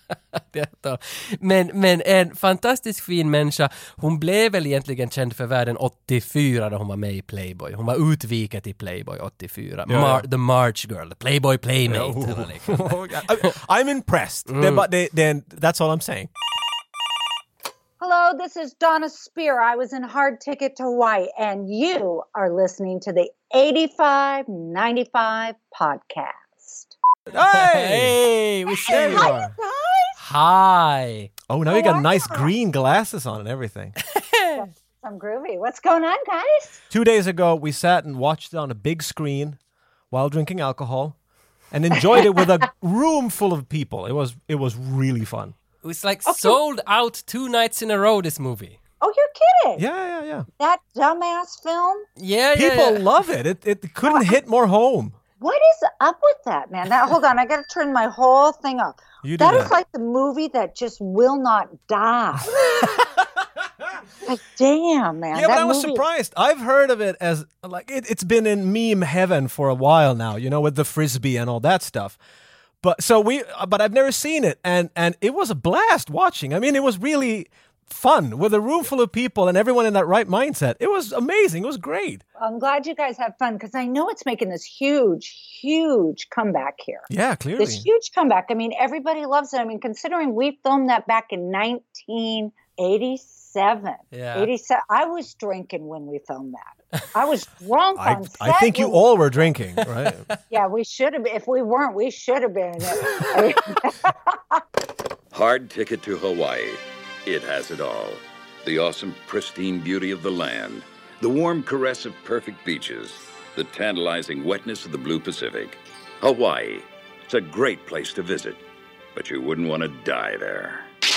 men, men en fantastiskt fin människa. Hon blev väl egentligen känd för världen åttiofyra då hon var med i Playboy. Hon var utviket i Playboy åttiofyra. Ja, Mar- ja. the March Girl, the Playboy Playmate. Oh. eller liknande. I'm impressed. Det är bara- det- det- that's all I'm saying. Hello, this is Donna Spear. I was in Hard Ticket to Hawaii, and you are listening to the eighty-five ninety-five podcast. Hey! Hey, we There see you you. are. Hi. Oh, now you got nice green glasses on and everything. I'm groovy. What's going on, guys? Two days ago, we sat and watched it on a big screen while drinking alcohol and enjoyed it with a room full of people. It was it was really fun. It was like sold out two nights in a row, this movie. Oh, you're kidding. Yeah, yeah, yeah. That dumbass film? Yeah, People yeah, yeah. love it. It it couldn't hit more home. What is up with that, man? Now, hold on. I got to turn my whole thing up. You do That that. is like the movie that just will not die. Like, damn, man. Yeah, but I was movie... surprised. I've heard of it as, like, it, it's been in meme heaven for a while now, you know, with the Frisbee and all that stuff. But so we, but I've never seen it, and and it was a blast watching. I mean, it was really fun with a room full of people and everyone in that right mindset. It was amazing. It was great. I'm glad you guys have fun because I know it's making this huge, huge comeback here. Yeah, clearly. This huge comeback. I mean, everybody loves it. I mean, considering we filmed that back in nineteen eighty-seven. Yeah. eighty-seven. I was drinking when we filmed that. I was drunk I, on set. I think you when- all were drinking, right? Yeah, we should have been. If we weren't, we should have been. Hard Ticket to Hawaii. It has it all. The awesome, pristine beauty of the land. The warm caress of perfect beaches. The tantalizing wetness of the blue Pacific. Hawaii. It's a great place to visit. But you wouldn't want to die there.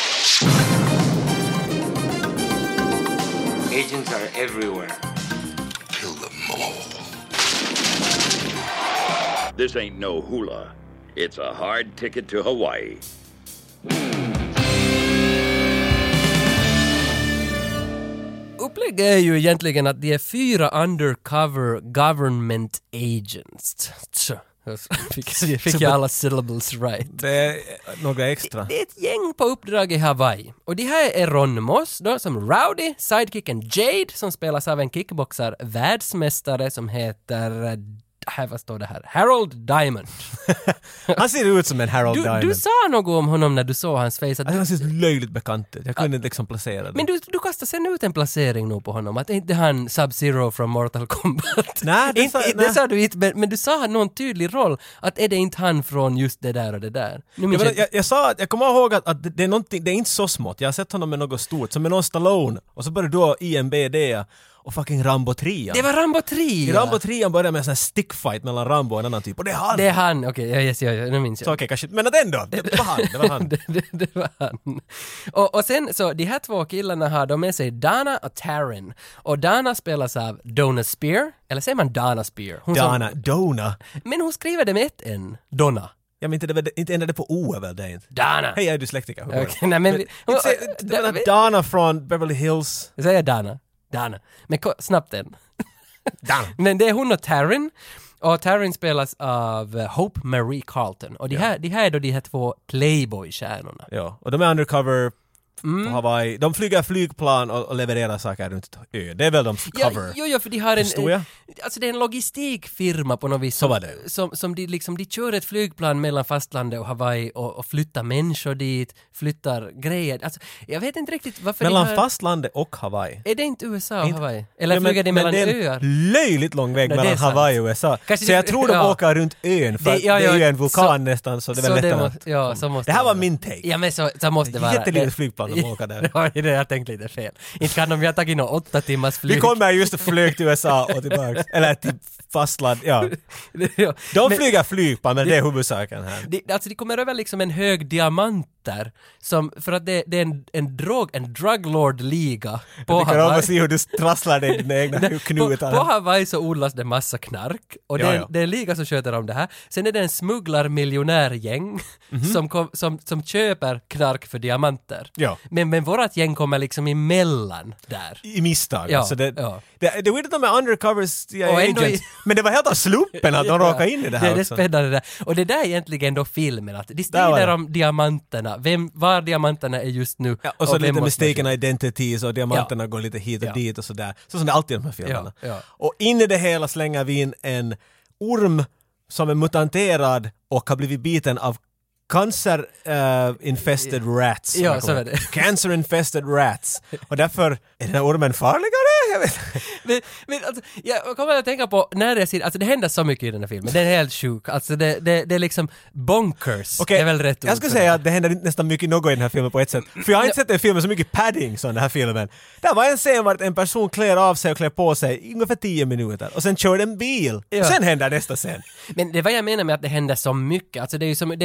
Agents are everywhere. Kill them all. This ain't no hula. It's a hard ticket to Hawaii. Upplägget är ju egentligen att det är fyra undercover government agents. Tja, Fick, fick jag alla syllables right. Det är några extra. Det, det är ett gäng på uppdrag i Hawaii. Och det här är Ron Moss då, som Rowdy, sidekicken Jade som spelas av en kickboxar världsmästare som heter... Här, vad står det här? Harold Diamond. Han ser ut som en Harold du, Diamond. Du sa något om honom när du såg hans face. Att alltså, han ser så löjligt bekant ut. Jag kunde inte liksom placera det. Men du, du kastar sen ut en placering nu på honom. Att inte han Sub-Zero från Mortal Kombat. Nej, det, inte, sa, det sa du inte, men, men du sa någon tydlig roll. Att är det inte han från just det där och det där? Nu jag, jag, jag, jag sa att jag kommer ihåg att, att det, det, är någonting, det är inte så smått. Jag har sett honom med något stort. Som med någon Stallone. Och så började då I M B D och fucking Rambo tre. Det var Rambo tre! I Rambo tre började med en sån här stickfight mellan Rambo och en annan typ. Och det är han! Det är han, okej, okay, yes, ja, ja, nu minns jag. Så okej, okay, kanske, men ändå, det, det var han, det var han. det, det, det var han. Och, och sen, så de här två killarna har de med sig Dana och Taryn. Och Dana spelas av Donna Spear, eller säger man Dana Spear? Hon Dana, som, Dona. Men hon skriver det med ett N, Donna. Ja, men inte, det, inte ändå det på O är väl det inte? Dana! Hej, jag är dyslektiker. Hur går Okay, nej, men, vi, men, se, da, da, Dana från Beverly Hills. Jag säger Dana. Dana. Men ko, snabbt den. Dana. Men det är hon och Taryn. Och Taryn spelas av Hope Marie Carlton. Och de, ja. här, de här är då de här två Playboy-stjärnorna. Ja, och de är undercover Mm. på Hawaii. De flyger flygplan och, och levererar saker runt ö. Det är väl de cover. Ja, jo, jo, för de har en... Historia? Alltså det är en logistikfirma på något vis. Så var det. Som, som de liksom, de kör ett flygplan mellan fastlandet och Hawaii och, och flyttar människor dit, flyttar grejer. Alltså, jag vet inte riktigt varför Mellan de har... fastlandet och Hawaii. Är det inte U S A och Inte- Hawaii? Eller Ja, flyger de mellan men det öar? är en löjligt lång väg Nej, det är mellan sant. Hawaii och U S A. Kanske så det- jag tror de ja. åker runt ön för Det- att ja, det ja, är ju en vulkan så- nästan så det är Så väl det lättare må- att... ja, så måste det här det var vara. min take. Ja, men så, så måste det vara. Jättelitet Det- flygplan de åker där. Det var ju det jag tänkte lite fel. Inte kan de ju ha tagit något åtta timmars flyg. Vi kommer just att flyga till U S A och tillbaka. Eller till fastland, ja. Ja, De men- flyger flygplan, men det är huvudsaken här. De, alltså de kommer över liksom en hög diamanter som, för att det, det är en, en drog, en druglord-liga på Jag tycker om Hawaii. att se hur du trasslar dig i dina egna på, knutar. på Hawaii så odlas det massa knark och det, Ja, är, ja. det är en liga som sköter om det här. Sen är det en smugglar-miljonärgäng Mhm. som, kom, som, som köper knark för diamanter. Ja. Men, men vårat gäng kommer liksom emellan där. I misstag. Ja, alltså det, ja. det, det är weird att de är undercovers C I A Och ändå agents. i- Men det var helt av slumpen att de råkade in i det här det är det också. spännande där. Och det där är egentligen då filmen, att de Där var strider det. om diamanterna, vem, var diamanterna är just nu. Ja, och så vem lite måste man mistaken skydda. identities och diamanterna går lite hit och Ja. dit och sådär. Så som det alltid är i de här filmerna. Ja, ja. Och in i det hela slänger vi in en orm som är mutanterad och har blivit biten av cancer uh, infested rats. Ja, så är det. Cancer infested rats. Och därför är den här ormen farligare? Jag vet. Men, men alltså, jag kommer att tänka på när jag ser, alltså det händer så mycket i den här filmen, det är helt sjuk, alltså det, det, det är liksom bonkers, Okej, är väl rätt jag ord skulle för säga det. att det händer inte nästan mycket något i den här filmen på ett sätt. För jag har inte sett en film med så mycket padding som den här filmen. Där var en scen var en person klär av sig och klär på sig i ungefär tio minuter och sen kör en bil. Ja. Och sen händer nästa scen. Men det är vad jag menar med att det händer så mycket, alltså det är ju som, det är någon som åker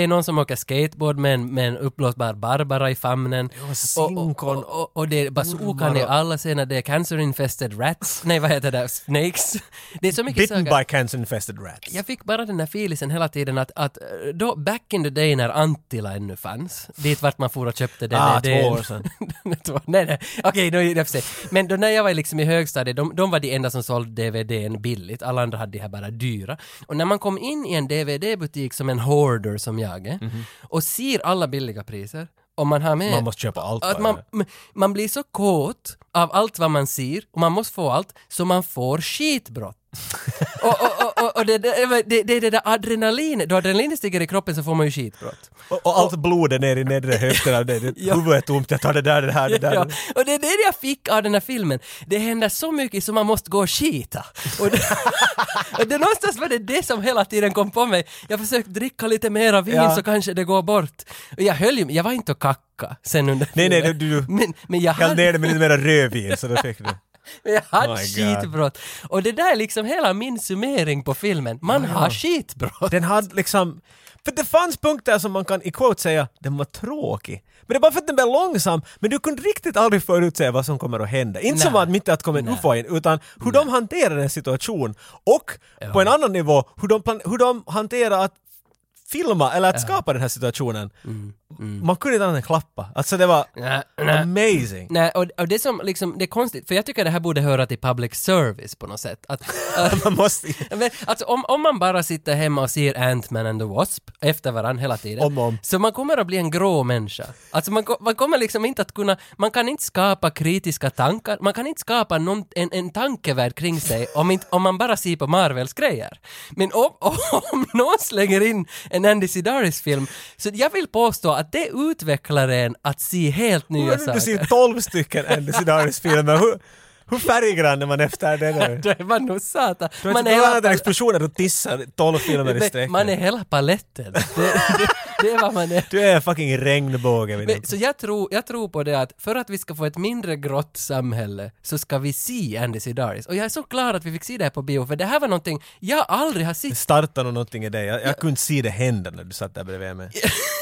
åker skateboard med en, med en uppblåsbar Barbara i famnen. Och, och, och, och, och det är bazookan i alla scener, det är cancer-infested rats. Nej, vad heter det? Snakes. Det är så mycket Bitten saker. by cancer-infested rats. Jag fick bara den här filisen hela tiden att, att då, back in the day när Antila ännu fanns, dit vart man får och köpte det. Ah, det, två år sedan. nej, nej. Okej, okay, nu är men då när jag var liksom i högstadiet, de, de var de enda som sålde D V D:n billigt. Alla andra hade det här bara dyra. Och när man kom in i en D V D-butik som en hoarder som jag är, mm-hmm. och ser alla billiga priser, och man har med... Man måste köpa allt. Att man, man blir så kåt av allt vad man ser, och man måste få allt, så man får skitbrott. och och, och, och det, det, det, det är det där adrenalinet, då adrenalinet stiger i kroppen så får man ju skitbrott. Och, och allt blod är ner i nedre höften av det, det ja. Huvudet är tomt, jag tar det där, det här, det där. Ja. Och det är det jag fick av den här filmen. Det händer så mycket som man måste gå och skita. Och det, och det någonstans var det det som hela tiden kom på mig. Jag försökte dricka lite mer av vin ja. så kanske det går bort. Och jag höll ju, jag var inte att kacka sen under Nej, nej, du, du men, men jag hade... ner det med lite mer rödvin så då fick du. Men jag hade oh skitbrott. Och det där är liksom hela min summering på filmen. Man oh, ja. har skitbrott. Den hade liksom... För det fanns punkter som man kan i quote säga, den var tråkig. Men det är bara för att den blev långsam. Men du kunde riktigt aldrig förutsäga vad som kommer att hända. Inte Nej. som att mitt att komma en U F O in, utan hur Nej. de hanterar en situation. Och ja. på en annan nivå, hur de, plan- hur de hanterar att filma eller att ja. skapa den här situationen. Mm. Mm. Man kunde inte annat än klappa. Alltså det var nä, nä. amazing. Nej, och, och det som liksom, det är konstigt, för jag tycker det här borde höra till public service på något sätt. Att, man måste... men, alltså om, om man bara sitter hemma och ser Ant-Man and the Wasp efter varandra hela tiden, om, om. så man kommer att bli en grå människa. Alltså man, man kommer liksom inte att kunna, man kan inte skapa kritiska tankar, man kan inte skapa någon, en, en tankevärld kring sig om, inte, om man bara ser på Marvels grejer. Men om, om, om någon slänger in en Andy Sidaris-film, så jag vill påstå att det utvecklar en att se helt nya saker. Du ser tolv stycken Andy Sidaris-filmer. Hur, hur färggrann är man efter det där? Då är man nog sata. Du man är hela pal- explosioner och tissar tolv filmer i sträck. Man är hela paletten. Det, det, det är vad man är. Du är fucking regnbåge. Men, så jag tror, jag tror på det att för att vi ska få ett mindre grått samhälle så ska vi se Andy Sidaris. Och jag är så glad att vi fick se det här på bio, för det här var någonting jag aldrig har sett. Det startade någonting i dig. Jag, jag, jag kunde se det hända när du satt där bredvid mig.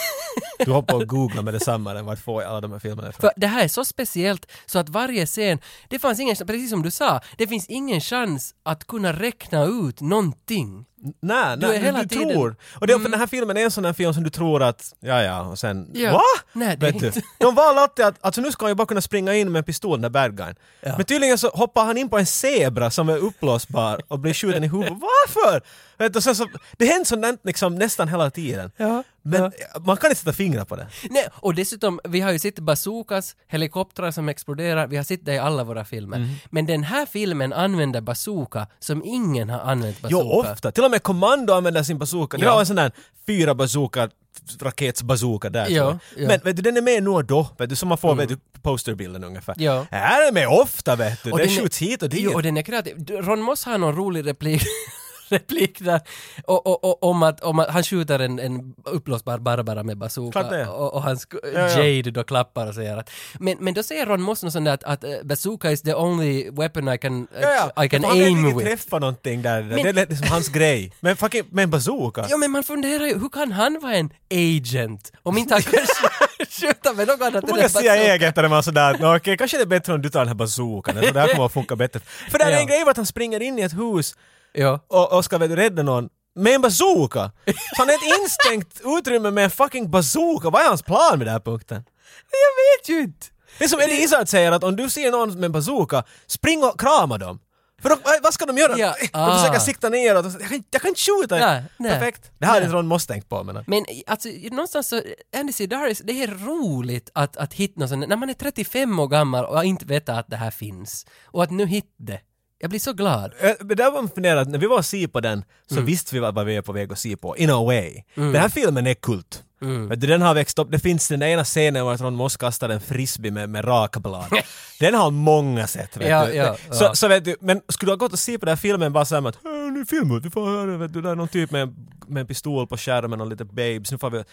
Du hoppar och googlar med detsamma än vart får alla de här filmerna ifrån. För det här är så speciellt så att varje scen, det fanns ingen, precis som du sa, det finns ingen chans att kunna räkna ut någonting. Nej, nej, du, hela du tiden... tror. Och det, mm. den här filmen är en sån här film som du tror att, ja ja, och sen, ja. va? Nej, det vet är inte. Du? De var alltid att, alltså nu ska han ju bara kunna springa in med en pistol, den där bad guyn. Ja. Men tydligen så hoppar han in på en zebra som är uppblåsbar och blir skjuten i huvudet. Varför? Vet du, så, så, det händer sånt liksom nästan hela tiden. Ja. Men ja. man kan inte sätta fingrar på det. Nej, och dessutom, vi har ju sett bazookas, helikoptrar som exploderar, vi har sett det i alla våra filmer. Mm. Men den här filmen använder bazooka som ingen har använt bazooka. Jo, ofta. Till och med Kommando använder sin bazooka. Ja. Det har en sån där fyra bazooka, raketsbazooka där. Ja, ja. Men vet du, den är med nu och då, vet du, som man får, mm. vet du, posterbilden ungefär. Ja. Här är med ofta, vet du. Och det den skjuts hit och dit. Jo, och den är kreativ. Ron Moss har någon rolig replik replik där och, och, och, om, att, om att han skjuter en, en uppblåsbar Barbara med bazooka och, och hans ja, ja. Jade då klappar och säger att men, men då säger Ron Moss något sånt där att, att uh, bazooka is the only weapon I can, uh, ja, ja. I can han aim with. Han träffa någonting där, men, det är liksom hans grej. Men fucking, med en bazooka. Ja, men man funderar ju, hur kan han vara en agent om inte han kan skjuta med något annat? Många C I A-agenter var sådär, okej, okay, kanske det är bättre om du tar den här bazookan. Det här kommer att funka bättre. För det är ja. en grej att han springer in i ett hus ja. och, och ska väl rädda någon med en bazooka. Så han är ett instängt utrymme med en fucking bazooka. Vad är hans plan med den här punkten? Jag vet ju inte. Det är som Eddie Izzard säger att om du ser någon med en bazooka, spring och krama dem. För då, vad ska de göra? Ja. De ah. försöker sikta ner och jag kan, jag kan inte skjuta. Nej, nej, perfekt. Det här är inte Ron Moss tänkt på. Men, men alltså, någonstans så, Andy Sidaris, det är roligt att, att hitta något sånt. När man är trettiofem år gammal och inte vet att det här finns. Och att nu hitta det. Jag blir så glad. Det där var funderat, när vi var och se på den så mm. visste vi vad vi är på väg att se på. In a way. Mm. Den här filmen är kult. Mm. Den har växt upp. Det finns den ena scenen var att Ron Moss kastar en frisbee med, med rakblad. Den har många sett, vet ja, du. Ja, så, ja. så vet du, men skulle du ha gått och se på den här filmen bara såhär att nu är film, vi får höra, vet du, där är någon typ med, med en pistol på skärmen och lite babes, nu får vi...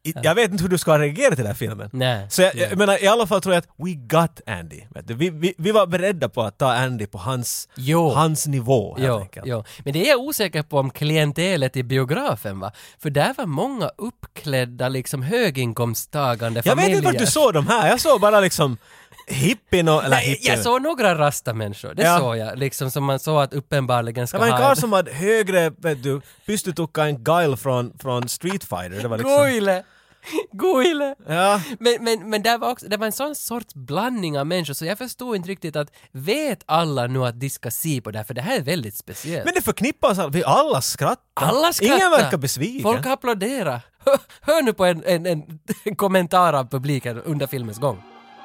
I, jag vet inte hur du ska reagera till den här filmen. Nej. Så jag, Nej. jag menar, i alla fall tror jag att we got Andy. Vet du? Vi, vi, vi var beredda på att ta Andy på hans, Jo. hans nivå, helt Jo, enkelt. jo. Men det är jag osäker på om klientelet i biografen va? För där var många uppklädda liksom höginkomsttagande Jag familjer. vet inte vart du såg de här. Jag såg bara liksom hippien och... Eller Nej, hippien. jag såg några rasta människor, det Ja. såg jag. Liksom som man såg att uppenbarligen ska Det var en ha... karl som hade högre, vet du, pystytukka en Guile från, från Street Fighter. Det var liksom... Goile! Goile! Ja. Men, men, men där var också, det var en sån sorts blandning av människor så jag förstod inte riktigt att vet alla nu att de ska se på det här för det här är väldigt speciellt. Men det förknippas, vi alla skrattar. Alla skrattar! Ingen verkar besviken. Folk applåderar. Hör, hör nu på en, en, en, en kommentar av publiken under filmens gång.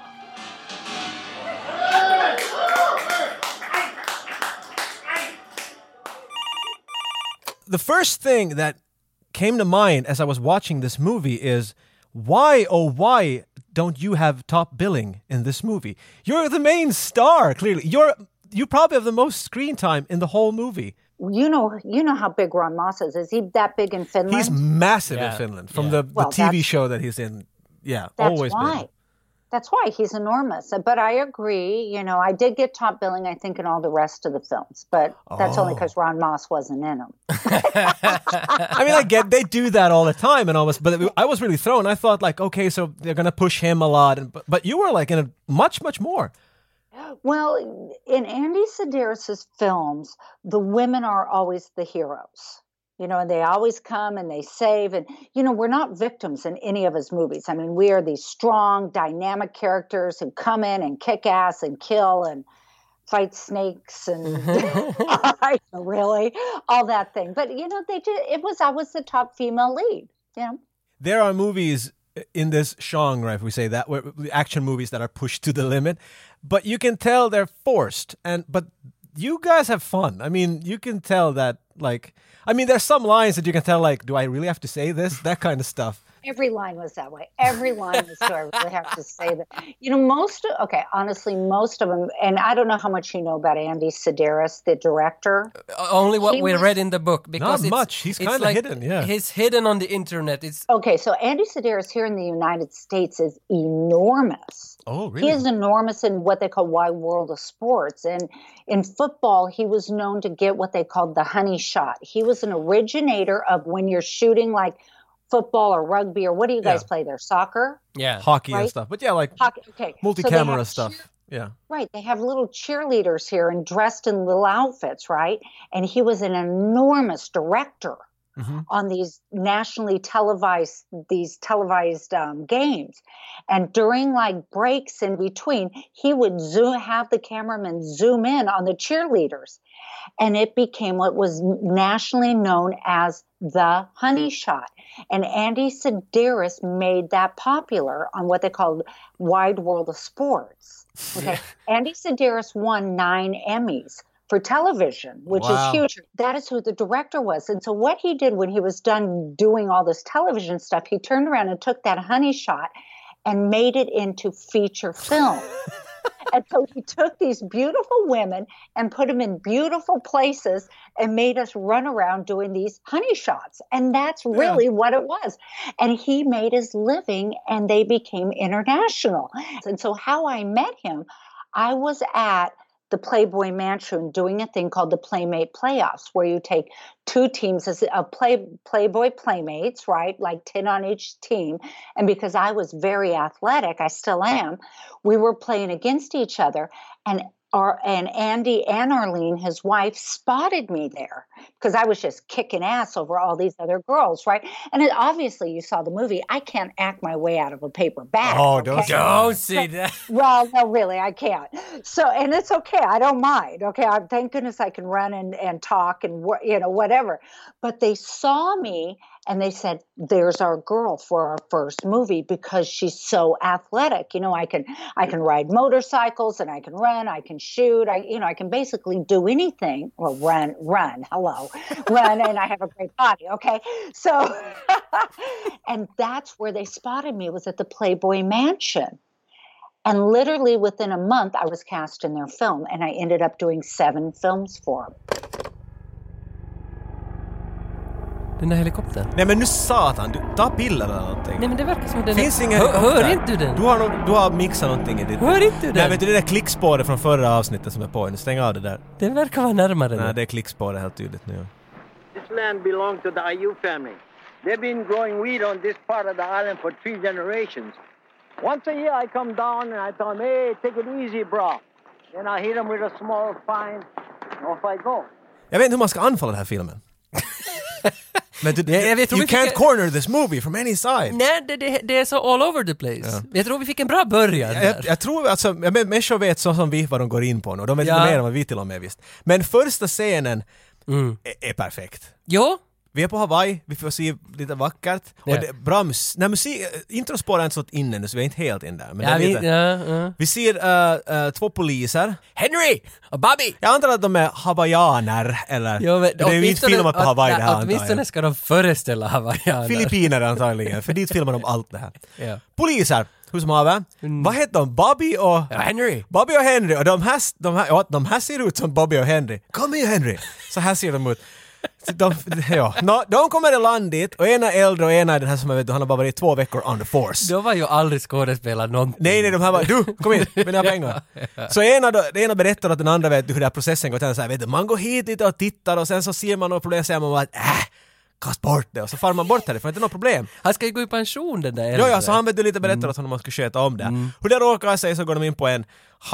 The first thing that came to mind as I was watching this movie is why, oh why don't you have top billing in this movie? You're the main star, clearly. You're you probably have the most screen time in the whole movie. You know, you know how big Ron Moss is. Is he that big in Finland? He's massive Yeah. in Finland from Yeah. the, the Well, T V that's- show that he's in. Yeah, That's always why. been. That's why he's enormous. But I agree. You know, I did get top billing, I think, in all the rest of the films. But that's only because Ron Moss wasn't in them. I mean, I get they do that all the time and almost, but I was really thrown. I thought like, okay, so they're gonna push him a lot, and but, but you were like in a much, much more. Well, in Andy Sedaris' films, the women are always the heroes. You know, and they always come and they save. And, you know, we're not victims in any of his movies. I mean, we are these strong, dynamic characters who come in and kick ass and kill and fight snakes and really all that thing. But, you know, they did, it was, I was the top female lead, you know. There are movies in this genre, if we say that, where action movies that are pushed to the limit, but you can tell they're forced. And but you guys have fun. I mean, you can tell that, like, I mean, there's some lines that you can tell, like, do I really have to say this? That kind of stuff. Every line was that way. Every line was, do I really have to say that? You know, most, of, okay, honestly, most of them, and I don't know how much you know about Andy Sedaris, the director. Only what He we was- read in the book. Because Not it's, much. He's it's kinda like- hidden, yeah. He's hidden on the internet. It's Okay, so Andy Sedaris here in the United States is enormous. Oh, really? He is enormous in what they call wide world of sports. And in football, he was known to get what they called the honey shot. He was an originator of when you're shooting like football or rugby or what do you guys Yeah. play there? Soccer? yeah. Hockey and Right? stuff. But yeah, like Hockey. Okay. So they multi-camera have stuff. cheer- Yeah. Right. They have little cheerleaders here and dressed in little outfits, right? And he was an enormous director Mhm. on these nationally televised these televised um, games. And during like breaks in between, he would zoom have the cameraman zoom in on the cheerleaders. And it became what was nationally known as the honey shot. And Andy Sedaris made that popular on what they called Wide World of Sports. Okay. Andy Sedaris won nine Emmys for television, which Wow. is huge. That is who the director was. And so what he did when he was done doing all this television stuff, he turned around and took that honey shot and made it into feature film. And so he took these beautiful women and put them in beautiful places and made us run around doing these honey shots. And that's really what it was. And he made his living and they became international. And so how I met him, I was at the Playboy Mansion doing a thing called the Playmate Playoffs, where you take two teams as a play, Playboy Playmates, right? Like ten on each team. And because I was very athletic, I still am, we were playing against each other. And our, and Andy and Arlene, his wife, spotted me there because I was just kicking ass over all these other girls, right? And it, obviously, you saw the movie. I can't act my way out of a paper bag. Oh, don't okay? say Don't see that. Well, no, really, I can't. So, and it's okay. I don't mind. Okay, I thank goodness I can run and, and talk and wh- you know whatever. But they saw me and they said, "There's our girl for our first movie because she's so athletic. You know, I can I can ride motorcycles and I can run, I can shoot. I you know I can basically do anything. Well, run, run. Hello, run, and I have a great body. Okay, so and that's where they spotted me. Was at the Playboy Mansion." And literally within a month, I was cast in their film, and I ended up doing seven films for them. Den där helikoptern. Nej men nu satan, du ta piller eller någonting. Nej men det verkar som den Finns är... ingen Hör, helikopter. hör inte du den? Du har, nog, du har mixat någonting i ditt... Hör inte du den? Nej vet du, det där klickspåret från förra avsnittet som är på. Nu stäng av det där. Den verkar vara närmare. Nej, nu. det är klickspåret helt tydligt nu. This land belonged to the Ayu family. They've been growing wheat on this part of the island for three generations. Once a year I come down and I tell them, hey, take it easy, bro. Then I hit them with a small fine and off I go. Jag vet inte hur man ska anfalla den här filmen. Men du, Jag vet, you vi can't fick- corner this movie from any side. Nej, det, det, det är så all over the place. Jag tror vi fick en bra början Jag, där. jag tror alltså, jag men, människor vet så som vi vad de går in på nu. De vet Ja. inte mer än vad vi till och med visst. Men första scenen Mm. är, är perfekt. Jo, Vi är på Hawaii, vi får se lite vackert. Ja. Och det är bra musik. Nej, musik, introspåret är inte så inne nu så vi är inte helt in där. Men ja, det är vi, lite. ja, ja. Vi ser uh, uh, två poliser. Henry och Bobby! Jag antar att de är hawaiianer eller... Jo, men, det är ju inte filmat på Hawaii det här Åtminstone antagligen. ska de föreställa hawaiianer. Filippiner antagligen, för dit filmar de allt det här. Ja. Poliser, hur som haver. Mm. Vad heter de? Bobby och... Ja, Henry! Bobby och Henry, och de här, de, här, ja, de här ser ut som Bobby och Henry. Kom igen Henry! Så här ser de ut. Så De, ja. no, de kommer i land dit och ena är äldre och ena är den här som jag vet, han har bara varit två veckor on the force. De var ju aldrig skådespelare någonting. Nej, nej, de här bara, du, kom in, med dina pengar. Så ena, då, det ena berättar att den andra vet hur den här processen går till. Så här, vet du, man går hit lite och tittar och sen så ser man något problem och säger man bara, äh, kast bort det. Och så far man bort härifrån, inte något problem. Han ska ju gå i pension den där Ja, äldre. ja, så han vet du lite berättar att man ska sköta om det. Hur det råkar sig så går de in på en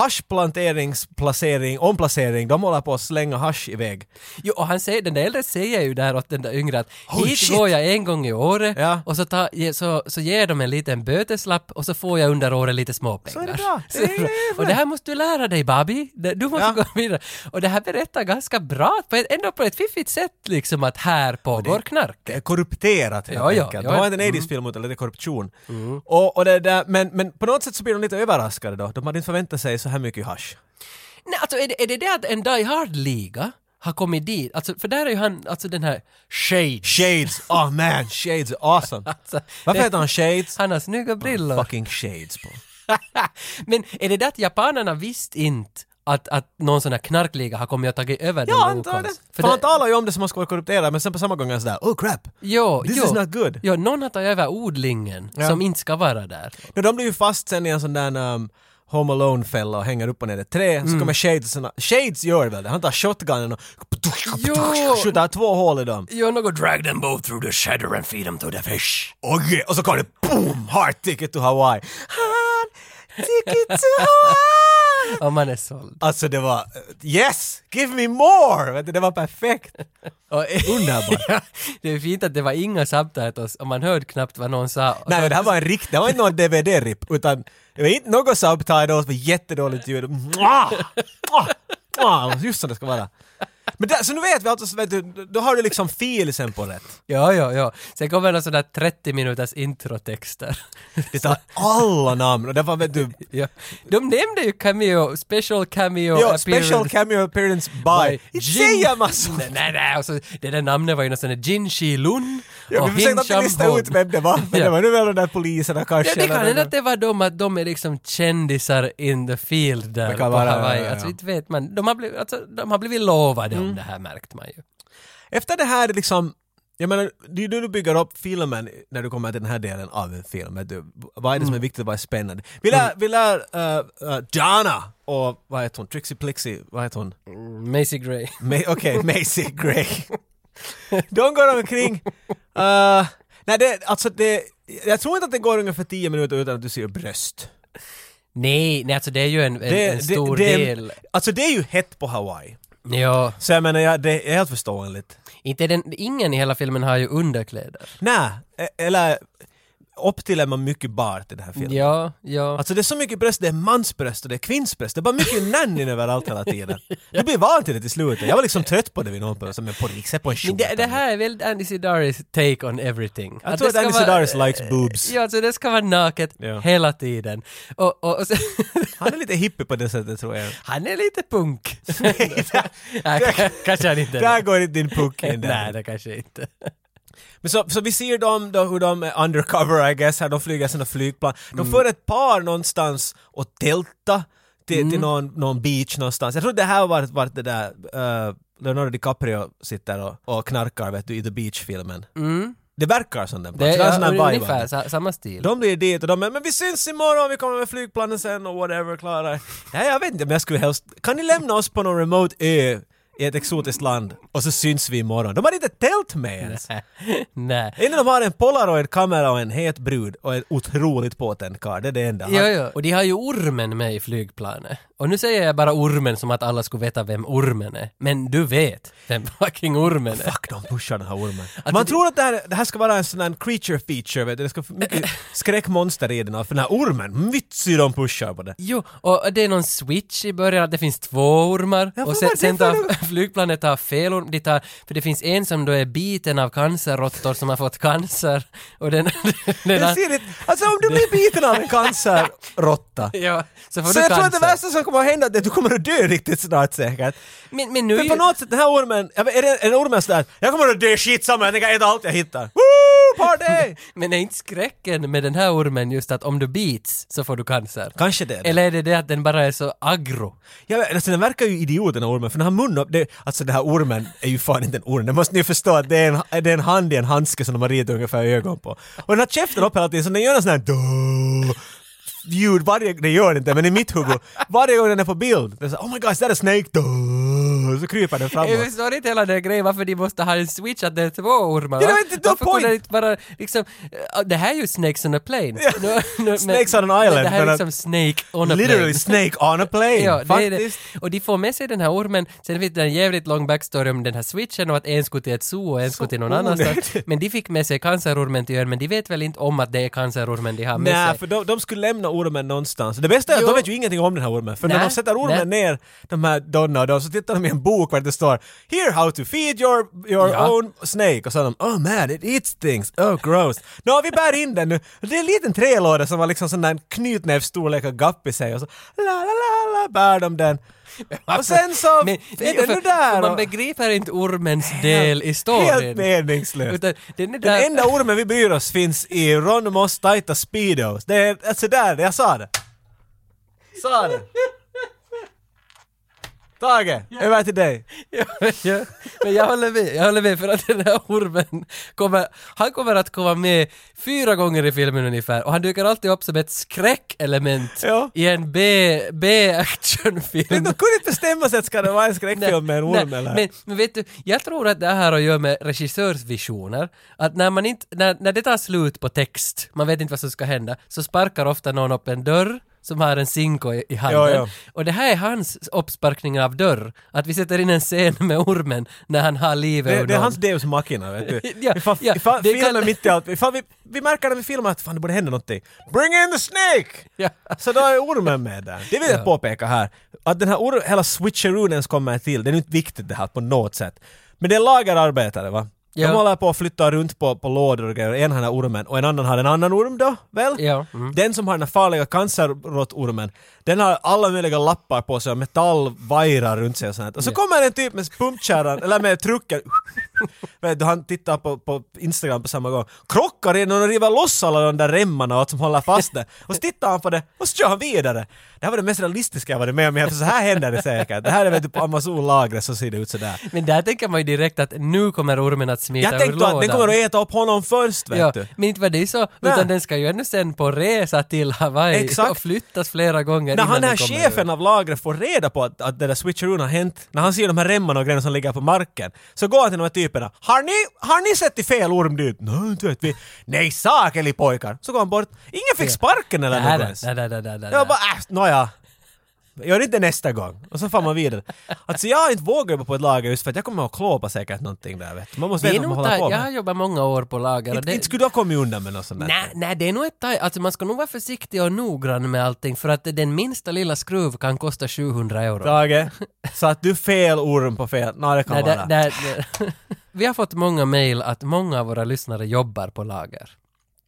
haschplanteringsplacering, omplacering. De håller på att slänga hasch iväg. Jo, och han säger, den där äldre säger ju där åt den där yngre att Holy hit shit. går jag en gång i året Ja. och så, ta, ge, så, så ger de en liten böteslapp och så får jag under året lite småpengar. Så är det bra. Det är- det är och det här måste du lära dig, Bobby. Det- Du måste Ja. gå vidare. Och det här berättar ganska bra, på ett, ändå på ett fiffigt sätt liksom att här pågår knark. Det är korrupterat helt Ja, ja, enkelt. ja. Det var inte en eighties-film utan lite korruption. Och, och det där, men, men på något sätt så blir de lite överraskade då. De hade inte förväntat sig så här mycket hasch. Nej, alltså är det, är det det att en Die Hard-liga har kommit dit? Alltså, för där är ju han, alltså den här Shades. Shades! Oh man, Shades är awesome. Alltså, Varför det- heter han Shades? Han har snygga brillor. Fucking Shades på. Men är det det att japanerna visste inte att, att någon sån här knarkliga har kommit och tagit över den Ja, där antar det. Okans? För han talar ju om det som man ska vara korrupterad men sen på samma gång är han sådär, oh crap! Jo, This jo, is not good. Jo, någon har tagit över odlingen Ja. som inte ska vara där. No, de blir ju fast sen i en sån där um, Home Alone-fälla och hänger upp och ner ett trä. Så kommer Shades och såna, Shades gör väl det. Han tar shotgunen och Jo. skjuter två hål i dem. Jo, något drag them both through the shadow and feed them to the fish. Okej, och så kommer det boom! Heart ticket to Hawaii. Heart ticket to Hawaii! Och man är såld. Alltså det var, yes! Give me more! Vet du, det var perfekt. Och, Underbart. Ja, det är fint att det var inga subtitles och man hörde knappt vad någon sa. Och Nej, så- det här var en rikt, det var inte någon D V D-rip, utan det var inte något subtitles, det var jättedåligt ljud. Mwah! Mwah! Mwah! Just som det ska vara. Men där, så nu vet vi alltså, så vet du, då har du liksom filsen på rätt. Ja, ja, ja. Sen kommer någon sån där trettio minuters introtexter. Det tar alla namn och det var vet du, Ja. De nämnde ju cameo, special cameo jo, special cameo appearance by, by inte säger massor. Nej, nej, nej. Och så, det där namnet var ju någon sån där Jin Shi Lun Ja, och vi försökte Hin inte lista Champon. ut vem det var, men Ja. det var nu väl de där poliserna kanske. Ja, det eller kan de hända där- att det var de, att de är liksom kändisar in the field där Det på kan vara, Hawaii. ja, ja, ja. Alltså, inte vet man. De har blivit, alltså, de har blivit lovade Mm. om det här, märkte man ju. Efter det här liksom, jag menar, det är nu du bygger upp filmen när du kommer till den här delen av en film. Vet du, vad är det som är viktigt, vad är spännande? Vi lär, vi lär uh, uh, Donna och vad heter hon? Trixie Plixie, vad heter hon? Macy Gray. Ma- Okej, okay, Macy Gray. De går omkring. Uh, nej, det, alltså det, jag tror inte att det går ungefär tio minuter utan att du ser bröst. Nej, nej, alltså det är ju en, en, Det, en stor det, del. Alltså det är ju hett på Hawaii. Ja, Så jag menar, ja, det är helt förståeligt. inte den, ingen i hela filmen har ju underkläder. Nej, e- eller upp till är man mycket bart i den här filmen. Ja, ja. Alltså det är så mycket bröst, det är mansbröst och det är kvinnsbröst. Det är bara mycket nannin överallt hela tiden. Du blir van till det till slut. Jag var liksom trött på det vid någon punkt. Men på riktigt på en Men skjorta. det, det här är väl Andy Sidaris take on everything. Jag Att tror det att Andy ska vara- Sidaris likes boobs. Ja, alltså det ska vara naket Ja. hela tiden. Och, och, och så, Han är lite hippie på det sättet tror jag. han är lite punk. Nej, k- kanske han inte är Där det. går inte din puck in där. Nej, det kanske inte. Men så, så vi ser dem då hur de är undercover I guess här, de flyger sina flygplan. De Mm. får ett par någonstans och tälta till, Mm. till någon, någon beach någonstans. Jag tror det här var vart det där uh, Leonardo DiCaprio sitter och, och knarkar vet du, i The Beach-filmen. Mm. Det verkar som den Det plats. är Det är sån här ja, vibe. ungefär sa, samma stil. De blir dit och de är, men vi syns imorgon, vi kommer med flygplanen sen och whatever, Klara. Ja, jag vet inte, men jag skulle helst, kan ni lämna oss på någon remote ö i ett exotiskt land och så syns vi imorgon. De har inte tält med ens. Nej. Innan de har en Polaroid-kamera och en het brud och en otroligt påtänd karl, det är det enda. Jo, jo. Och de har ju ormen med i flygplanet. Och nu säger jag bara ormen som att alla skulle veta vem ormen är. Men du vet vem fucking ormen är. Fuck, de pushar den här ormen. Alltså, Man det- tror att det här, det här ska vara en sån här creature feature, vet du? Det ska få mycket skräckmonster i den. För den här ormen, vitsy de pushar på det. Jo, och det är någon switch i början, att det finns två ormar. Ja, och vad sen, var det sen för tar flygplanet tar fel orm. De tar, för det finns en som då är biten av cancerråttor som har fått cancer. Och den... den Jag ser det. Alltså om du blir biten av en cancerråtta. ja, så får Så du jag tror att cancer. det värsta som kommer att hända är att du kommer att dö riktigt snart säkert. Men, men nu För är på ju... något sätt, den här ormen, jag vet, är det en ormen sådär, jag kommer att dö skitsamma, jag tänker äta allt jag hittar. Woo, party! Men är inte skräcken med den här ormen just att om du bits så får du cancer? Kanske det. är det. Eller är det det att den bara är så aggro? Jag vet, alltså den verkar ju idiot den här ormen, för den har mun upp, det, alltså den här ormen är ju fan inte en orm, det måste ni förstå att det är en, det är en hand i en handske som de har ritat ungefär ögon på. Och den har käften upp hela tiden så den gör en sån här duh ljud varje, det gör det inte, men i mitt huvud, varje gång den är på bild, det är så, oh my god, is that a snake? Duh, så kryper den framåt. Jag förstår inte hela den grejen varför de måste ha en switch att det är två ormar. Ja, det va? var inte the Varför kunde point. det inte bara liksom... äh, Det här är ju Snakes on a plane. Ja. Nu- nu- Snakes men- on an island, men Det här är men liksom Snake on a Literally plane. snake on a plane, Ja, det är det. faktiskt. Och de får med sig den här ormen, sen finns det en jävligt lång backstory om den här switchen och att en skulle till ett zoo och en skulle till någon annanstans. onödigt. Men de fick med sig cancerormen till ön, men de vet väl inte om att det är cancerormen de har med Nej, sig. för de, de skulle lämna ormen någonstans. Det bästa är att Jo. de vet ju ingenting om den här ormen. För när Nej, de sätter ormen nej. ner, de här Donna och de, så tittar de i en bok där det står “Here how to feed your, your Ja. own snake” och så de “Oh man, it eats things, oh gross”. Nå, vi bär in den nu. Det är en liten trälåda som har liksom sån där knytnävsstorlek och gapp i sig och så la la la la bär de den. Och sen så Men- är den nu för- där. för Man och- begriper inte ormens del i storyn. Helt meningslöst. Utan den är Den där... enda ormen vi bryr oss finns i Ron Moss tajta speedos. Det är alltså där, jag sa det. Sa det. Tage, över till dig. Ja, ja, men jag håller med, jag håller med för att den här ormen kommer, han kommer att komma med fyra gånger i filmen ungefär och han dyker alltid upp som ett skräckelement Ja. i en B, B-actionfilm. Men de kunde inte bestämma sig att ska det vara en skräckfilm med en orm nej, eller? men, men vet du, jag tror att det här har att göra med regissörsvisioner. Att när man inte, när, när det tar slut på text, man vet inte vad som ska hända, så sparkar ofta någon upp en dörr som har en sinko i, i handen. Ja, ja. Och det här är hans uppsparkning av dörr. Att vi sätter in en scen med ormen när han har livet Det, ur det är någon. hans Deus Machina, vet du. Ja, ifall, ja, ifall det filmen kan- mitt i allt, ifall vi, vi märker när vi filmar att fan det borde hända någonting. Bring in the snake! Ja. Så då är ormen med där. Det vill jag Ja. påpeka här. Att den här or- hela switcheroon ens kommer till, det är inte viktigt det här på något sätt. Men det är lagerarbetare va? Ja. De håller på att flytta runt på, på lådor och grejer. En har den här ormen och en annan har en annan orm då, väl? Ja. Mm. Den som har den här farliga cancerråttormen, den har alla möjliga lappar på sig och metallvajrar runt sig och sånt. Och så Ja. kommer en typ med pumpkärran, eller med trucken. Vet du, han tittar på, på Instagram på samma gång. Krockar in och river loss alla de där remmarna och allt som håller fast det. Och så tittar han på det och så kör han vidare. Det här var det mest realistiska jag varit med om, för så här händer det säkert. Det här är vet du, på Amazon-lagret så ser det ut sådär. Men där tänker man ju direkt att nu kommer ormen att smita Jag ur tänkte lådan. att den kommer att äta upp honom först, vet Ja, du. men inte var det så, Nej. utan den ska ju ännu sen på resa till Hawaii Exakt. och flyttas flera gånger När innan han den här kommer chefen ur. av lagret får reda på att, att det där switcheroon har hänt, när han ser de här remmarna och grejerna som ligger på marken, så går han till de här typerna. Har ni, har ni sett i fel orm dit? Nej, inte vet vi. Nej, sakeli pojkar. Så går han bort. Ingen fick sparken eller Nej, något nej, ens. nej, nej, nej, nej, nej. Jag bara, äh, nåja. Gör det inte nästa gång. Och så får man vidare. Alltså jag har inte vågat jobba på ett lager just för att jag kommer att klåpa säkert någonting där, vet du. Man måste Det är veta vad man nog håller på taj- jag har med. jobbat många år på lager. och Inte, det- inte skulle du ha kommit undan med något sånt där. Nej, nej, det är nog ett taj- alltså man ska nog vara försiktig och noggrann med allting för att den minsta lilla skruv kan kosta sjuhundra euro. Tage, så att du fel orm på fel. Nej, det kan Nej, vara. det, det, det. Vi har fått många mejl att många av våra lyssnare jobbar på lager.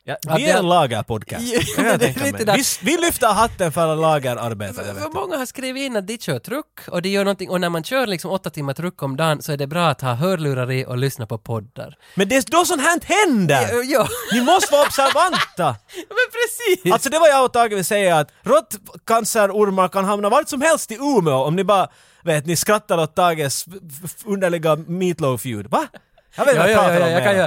Ja, vi är en lagerpodcast. Ja, jag det är lite där. vi, vi lyfter hatten för alla lagerarbetare. För många har skrivit in att de kör truck och de gör någonting, och när man kör liksom åtta timmar truck om dagen så är det bra att ha hörlurar i och lyssna på poddar. Men det är då sånt här händer! Ja, ja. Ni måste vara observanta! Men precis! Alltså det var jag och Tage vill säga att råttcancerormar kan hamna vart som helst i Umeå om ni bara, vet ni, skrattar åt Tages f- f- underliga meatloaf-ljud. Va? Jag vet ja, vad jag ja, pratar ja, om. jag kan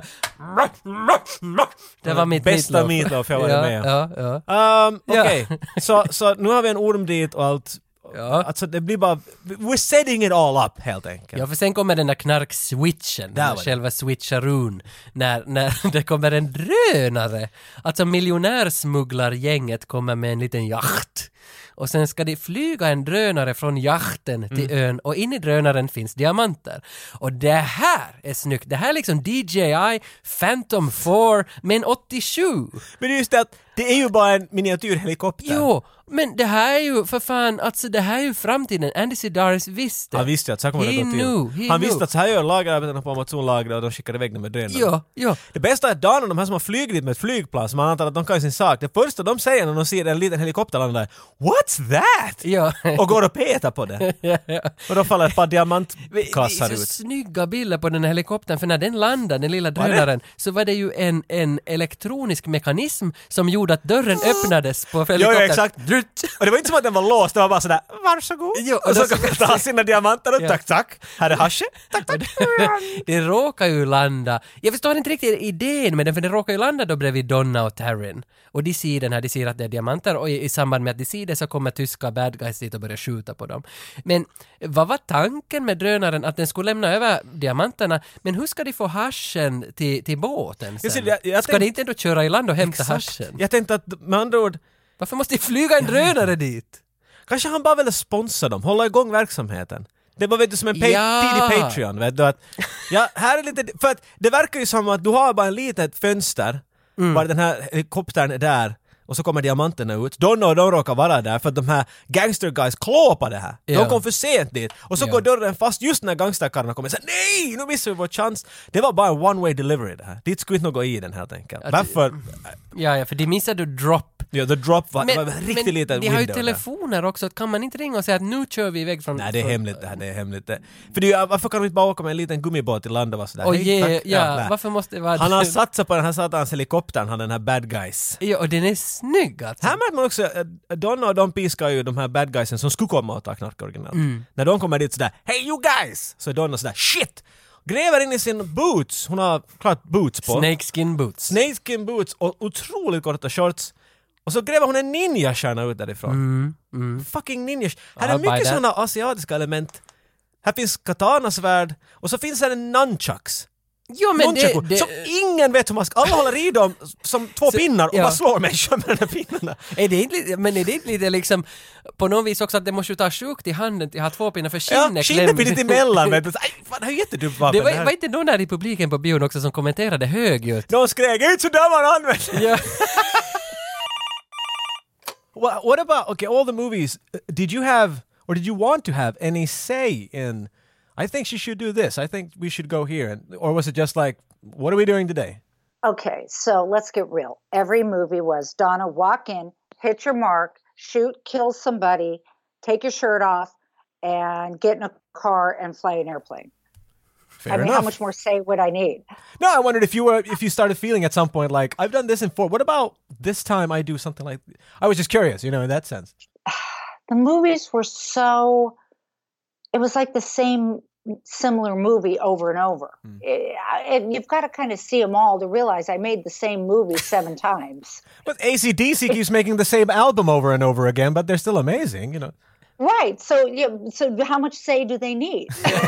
göra. Det var mitt bästa meatloaf. meatloaf jag varit ja, med om. ja, ja. Um, Okej, okay. så, så nu har vi en orm dit och allt. Ja. Alltså det blir bara, we're setting it all up helt enkelt. Ja, för sen kommer den där knarkswitchen, Där den var det. själva switcharun, när, när det kommer en drönare. Alltså miljonärsmugglargänget kommer med en liten yacht. Och sen ska de flyga en drönare från yachten till ön, och in i drönaren finns diamanter. Och det här är snyggt. Det här är liksom D J I Phantom fyra men åttiosju. Men det är just det att det är ju bara en miniatyrhelikopter. Jo, men det här är ju för fan, alltså det här är ju framtiden. Andy Sidaris visste. Han visste att så här kommer det He gå till. knew, he Han knew. visste att så här gör lagerarbetarna på Amazonlagret och de skickar iväg dem med drönare. Ja, ja. Det bästa är att Dan och de här som har flugit dit med ett flygplan som man antar att de kan sin sak. Det första de säger när de ser en liten helikopter landa där, what's that? Ja. Och går och petar på det. ja, ja. Och då faller ett par Det diamantkassar är så ut. snygga bilder på den här helikoptern, för när den landade, den lilla Var det? drönaren, så var det ju en, en elektronisk mekanism som gjorde att dörren öppnades på helikoptern. Ja, ja, exakt. Och det var inte som att den var låst, det var bara sådär, varsågod. Jo, och och så då- kan man ta sina diamanter och Ja. tack, tack. Här är haschet. Tack, tack. Det råkar ju landa. Jag förstår inte riktigt idén med den, för det råkar ju landa då bredvid Donna och Taryn. Och de ser den här, de ser att det är diamanter, och i, i samband med att de ser det så kommer tyska bad guys dit och börjar skjuta på dem. Men vad var tanken med drönaren? Att den skulle lämna över diamanterna, men hur ska de få haschen till, till båten sen? Jag ser- jag- jag ska tänk- de inte ändå köra i land och hämta Exakt. haschen? Jag tänkte att med andra ord, Varför måste de flyga en drönare dit? kanske han bara ville sponsra dem, hålla igång verksamheten. Det var vet du som en pa- Ja. tidig Patreon, vet du att, ja, här är lite, för att det verkar ju som att du har bara en litet fönster, Mm. bara den här helikoptern är där, och så kommer diamanterna ut. Donna och de råkar vara där för att de här gangster guys klåpar det här. Ja. De kom för sent dit. Och så Ja. går dörren fast just när gangsterkarlarna kommer och säger nej, nu missar vi vår chans. Det var bara en one way delivery det här. Dit skulle inte något gå i den helt enkelt. Att- Varför? Ja, ja, för de missade drop. Ja, the drop var, Men, var riktigt men liten de har ju window där. telefoner också, kan man inte ringa och säga att nu kör vi iväg från... Nej, det är från- hemligt det här, det är hemligt det. För det är, ju- varför kan de inte bara åka med en liten gummibåt till land och vara sådär, Och hej, ge, tack. ja, nej. varför måste det vara... Han har satsat på den här satans helikoptern, han den här bad guys. Ja, och den är snygg alltså. Här märker man också, äh, Donna och de piskar ju de här bad guysen som skulle komma och ta knark originellt. Mm. När de kommer dit sådär, hey you guys! Så är Donna sådär, shit! Gräver in i sin boots, hon har klart boots på. Snakeskin boots. Snakeskin boots och otroligt korta shorts. Och så gräver hon en ninja-stjärna ut därifrån. Mm, Fucking ninja. Här I'll är buy mycket that. sådana asiatiska element. Här finns katanasvärd och så finns här en nunchucks. Jo, men det... Nunchaku, det som ingen vet hur man ska... Alla håller i dem som två Så- pinnar och ja. bara slår människor med de här pinnarna. är det inte lite, men är det inte lite liksom på något vis också att det måste ju ta sjukt i handen till att ha två pinnar för Ja, skinnet skinnet finns inte emellan. Vet du. Aj, fan, det här är jättedumt vapen. Det var, det här. var inte någon där i publiken på bion också som kommenterade högljutt? Någon skrek inte så där man använder. Ja. What, what about, okay, all the movies, uh, did you have, or did you want to have any say in, I think she should do this, I think we should go here, and, or was it just like, what are we doing today? Okay, so let's get real. Every movie was Donna, walk in, hit your mark, shoot, kill somebody, take your shirt off, and get in a car and fly an airplane. Fair I mean, enough. how much more say would I need? No, I wondered if you were, if you started feeling at some point like, I've done this in four, what about this time I do something like, I was just curious, you know, in that sense. The movies were so, it was like the same similar movie over and over. It, it, you've got to kind of see them all to realize I made the same movie seven times. But A C D C keeps making the same album over and over again, but they're still amazing, you know. Right. So, yeah, so how much say do they need?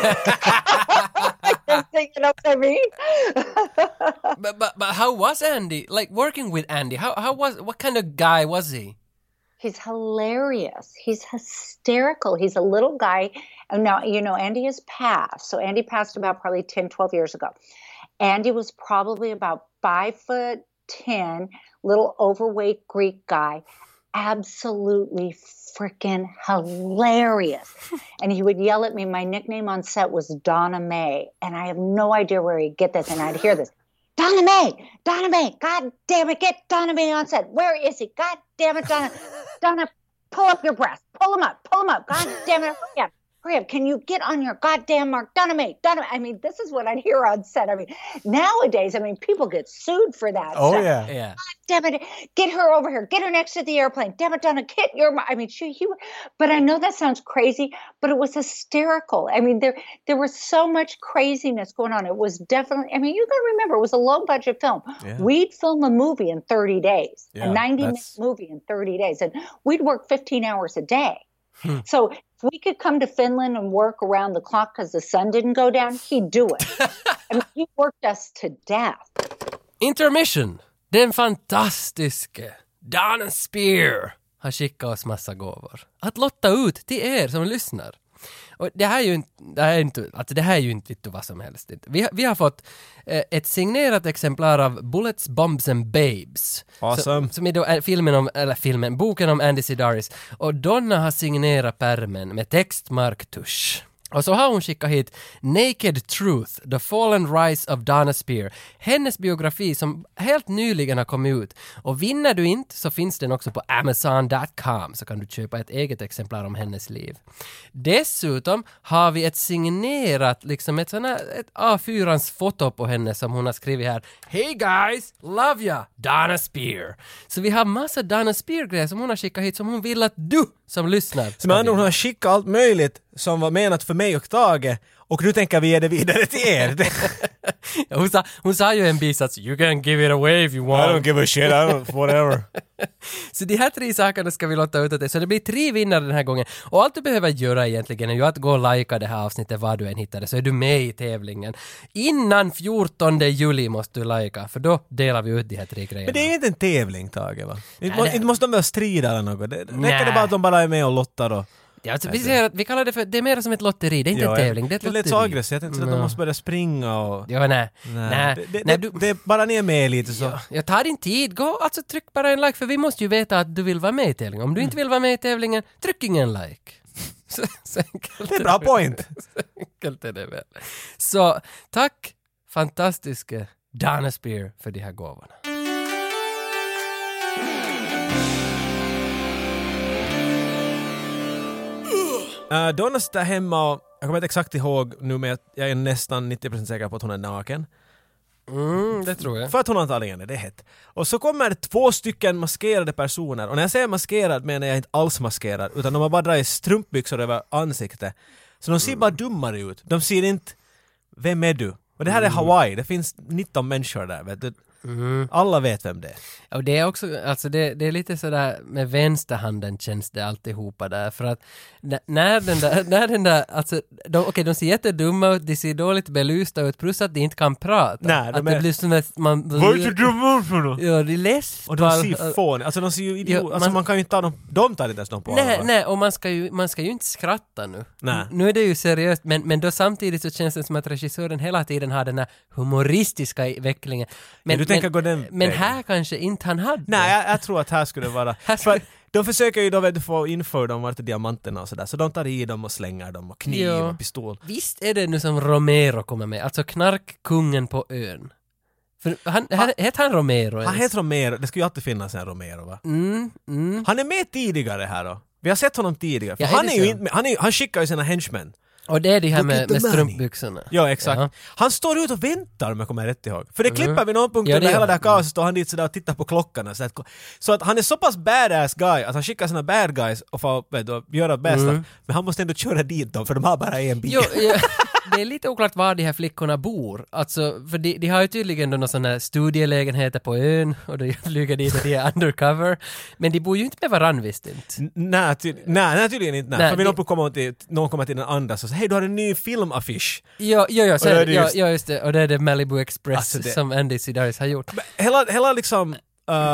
You know what I mean? but, but but how was Andy? Like working with Andy, how how was what kind of guy was he? He's hilarious. He's hysterical. He's a little guy. And now, you know, Andy has passed. So Andy passed about probably ten, twelve years ago. Andy was probably about five foot ten, little overweight Greek guy. Absolutely freaking hilarious. And he would yell at me. My nickname on set was Donna May. And I have no idea where he'd get this. And I'd hear this. Donna Mae, Donna Mae, God damn it, get Donna Mae on set. Where is he? God damn it, Donna, Donna, pull up your breast, pull him up, pull him up. God damn it, hurry up, hurry up. Can you get on your goddamn mark, Donna Mae, Donna Mae. I mean, this is what I'd hear on set. I mean, nowadays, I mean, people get sued for that. Oh stuff. yeah, yeah. God damn it, get her over here, get her next to the airplane. Damn it, Donna, get your. I mean, she, he. But I know that sounds crazy, but it was hysterical. I mean, there there was so much craziness going on. It was definitely. I mean, you got to remember, it was a low budget film. Yeah. We'd film a movie in thirty days, Yeah, a ninety minute that's- movie in thirty days, and we'd work fifteen hours a day. So if we could come to Finland and work around the clock because the sun didn't go down, he'd do it. I mean, he worked us to death. Intermission! Den fantastiske Donna Spear har skickat oss massa gåvor. Att lotta ut till er som lyssnar. Och det här är ju inte, det här är inte, alltså det här är ju inte vet du vad som helst. Vi, har- vi har fått eh, ett signerat exemplar av Bullets, Bombs and Babes. Awesome. Så, som är då är filmen om, eller filmen, boken om Andy Sidaris. Och Donna har signerat pärmen med textmarktusch. Och så har hon skickat hit Naked Truth, The Fallen Rise of Donna Spear. Hennes biografi som helt nyligen har kommit ut. Och vinner du inte så finns den också på amazon dot com så kan du köpa ett eget exemplar om hennes liv. Dessutom har vi ett signerat, liksom ett sånt här, ett A fyrans foto på henne som hon har skrivit här. Hey guys, love ya, Donna Spear. Så vi har massa Donna Spear-grejer som hon har skickat hit som hon vill att du som lyssnar Så med andra ord, hon har skickat allt möjligt som var menat för mig och Tage och nu tänker vi ge det vidare till er. Ja, hon, sa, hon sa ju en bisats, you can give it away if you I want. don't give a shit, I don't, whatever. Så de här tre sakerna ska vi låta ut åt dig. Så det blir tre vinnare den här gången. Och allt du behöver göra egentligen är ju att gå och likea det här avsnittet var du än hittar det. Så är du med i tävlingen. Innan fjortonde juli måste du likea. För då delar vi ut de här tre grejerna. Men det är ju inte en tävling, Tage, va? Inte, må, det- inte måste de väl strida eller något. Det, räcker Nej. det bara att de bara är med och lottar då? Ja, alltså, vi, säger att, vi kallar det för, det är mer som ett lotteri. Det är inte Ja, en tävling, det är ett det lotteri. lät så aggressivt. Jag tänkte att de Ja. måste börja springa och... Ja, nej. Nej, Nej, det, det, nej, det, du, det är bara ni är med lite så... jag tar din tid. Gå, alltså tryck bara en like. För vi måste ju veta att du vill vara med i tävlingen. Om du inte vill vara med i tävlingen, tryck ingen like. Så, så enkelt Det är bra point. Så enkelt är det väl. Så tack fantastiska Donna Spear för de här gåvorna. Uh, Donna sitter hemma och jag kommer inte exakt ihåg nu men jag- jag är nästan nittio procent säker på att hon är naken. Mm, det tror jag. För att hon antagligen är det hett. Och så kommer två stycken maskerade personer. Och när jag säger maskerad menar jag inte alls maskerad. Utan de har bara dragit strumpbyxor över ansiktet. Så de ser bara dummare ut. De ser inte, vem är du? Och det här är Hawaii. Det finns nitton människor där, vet du. Alla vet vem det är. Och det är också, alltså det, det är lite sådär med vänsterhanden känns det alltihopa där. För att n- när den där, när den där, alltså de, okej okay, de ser jättedumma ut, de ser dåligt belysta ut, plus att de inte kan prata. Nej, de att är- det blir som att man... Vad är det dumma ut för då? Ja, det är läst. Och de ser fån. Alltså de ser ju idiot. Ja, alltså man- man kan ju inte ta dem. De tar inte ens dem på Nej, allvar. nej, och man ska ju, man ska ju inte skratta nu. Nej. Nu är det ju seriöst, men, men då samtidigt så känns det som att regissören hela tiden har den här humoristiska vecklingen. Men, du tänker men, gå den men vägen. här kanske inte han hade. Nej, jag, jag tror att här skulle det vara... Här skulle- för de försöker ju då vet du, få inför dem vart är diamanterna och sådär. Så de tar i dem och slänger dem och kniv Ja. och pistol. Visst är det nu som Romero kommer med, alltså knarkkungen på ön. För han, han, heter han Romero ens? Han heter Romero. Det skulle ju alltid finnas en Romero va? Mm, mm. Han är med tidigare här då. Vi har sett honom tidigare. För Ja, är han det är ju så? inte med. Han, är, han skickar ju sina henchmen. Och det är det här Look med, at the med money. strumpbyxorna. Ja, exakt. Jaha. Han står ut och väntar om jag kommer rätt ihåg. För det klipper vid någon punkt Ja, det under gör hela det här han. kaoset står han dit sådär och tittar på klockan och så, att, så att han är så pass badass guy att han skickar sina bad guys och får vet du, göra bästa. Mm. Men han måste ändå köra dit dem för de har bara en bil. Jo, ja, det är lite oklart var de här flickorna bor. Alltså, för de, de har ju tydligen då några sådana studielägenheter på ön och de flyger dit och de är undercover. Men de bor ju inte med varann visst inte. N- Nej, ty- nej, nej, tydligen inte. Nej. Nej, för vid det- någon punkt kommer till, någon kommer till den andra så säger hej du har en ny filmaffisch. Ja, ja, ja, Och då är sen, det ja, just- ja, just det. Och det är det Malibu Express Alltså, det- som Andy Sidaris har gjort. Hela, hela liksom uh,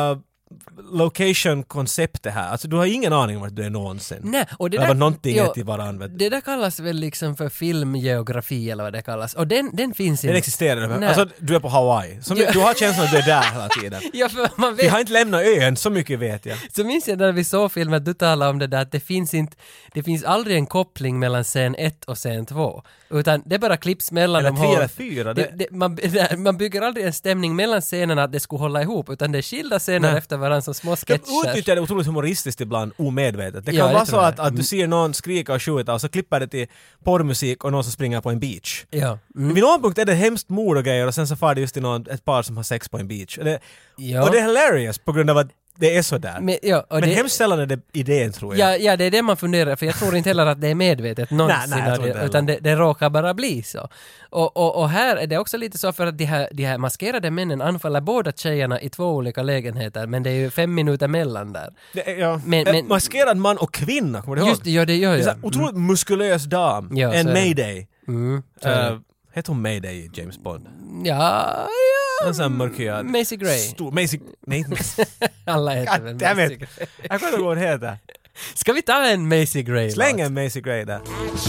location-konceptet här. Alltså du har ingen aning om vart du är någonsin. Nej, och det eller där, någonting jo, är till varann. Det där kallas väl liksom för filmgeografi eller vad det kallas. Och den, den finns Den inte. existerar. Nej. Alltså du är på Hawaii. Som, Ja. Du har känslan att du är där hela tiden. Ja, för man vet. Vi har inte lämnat ön, så mycket vet jag. Så minns jag när vi såg filmen att du talade om det där att det finns inte, det finns aldrig en koppling mellan scen ett och scen två. Utan det bara klipps mellan Eller de tre håll- eller fyra. Det, Det, det, man, nej, man bygger aldrig en stämning mellan scenerna att det skulle hålla ihop, utan det är skilda scener Nej. efter varandra som små de sketcher. utnyttjar det otroligt humoristiskt ibland, omedvetet. Det kan Ja, det vara tror så jag. att, att du ser någon skrika och skjuta och så klipper det till porrmusik och någon som springer på en beach. Ja. Mm. Vid någon punkt är det hemskt mord och grejer och sen så far det just till någon, ett par som har sex på en beach. Och det, Ja. och det är hilarious på grund av att det är så där. Men, ja, och Men det, hemskt sällan är det idén tror jag. ja, ja, det är det man funderar, för jag tror inte heller att det är medvetet någonsin, Nej, nej, jag tror inte utan det, det råkar bara bli så. Och, och, och här är det också lite så för att de här, de här maskerade männen anfaller båda tjejerna i två olika lägenheter, men det är ju fem minuter mellan där. Det är, ja. Men- En men- maskerad man och kvinna, kommer du ihåg? Just det, ja det gör Det är så jag. här otroligt muskulös dam. Ja, så en är det. Mayday. Mm, så är det. Uh, Hette hon Mayday i James Bond? Ja, ja. En sån här mörkhyad. Macy Gray. Stor, Macy... Nej, inte Alla heter väl God damn Macy it. Gray. Jag kommer inte ihåg vad hon heter. Ska vi ta en Macy Gray? Släng en Macy Gray där.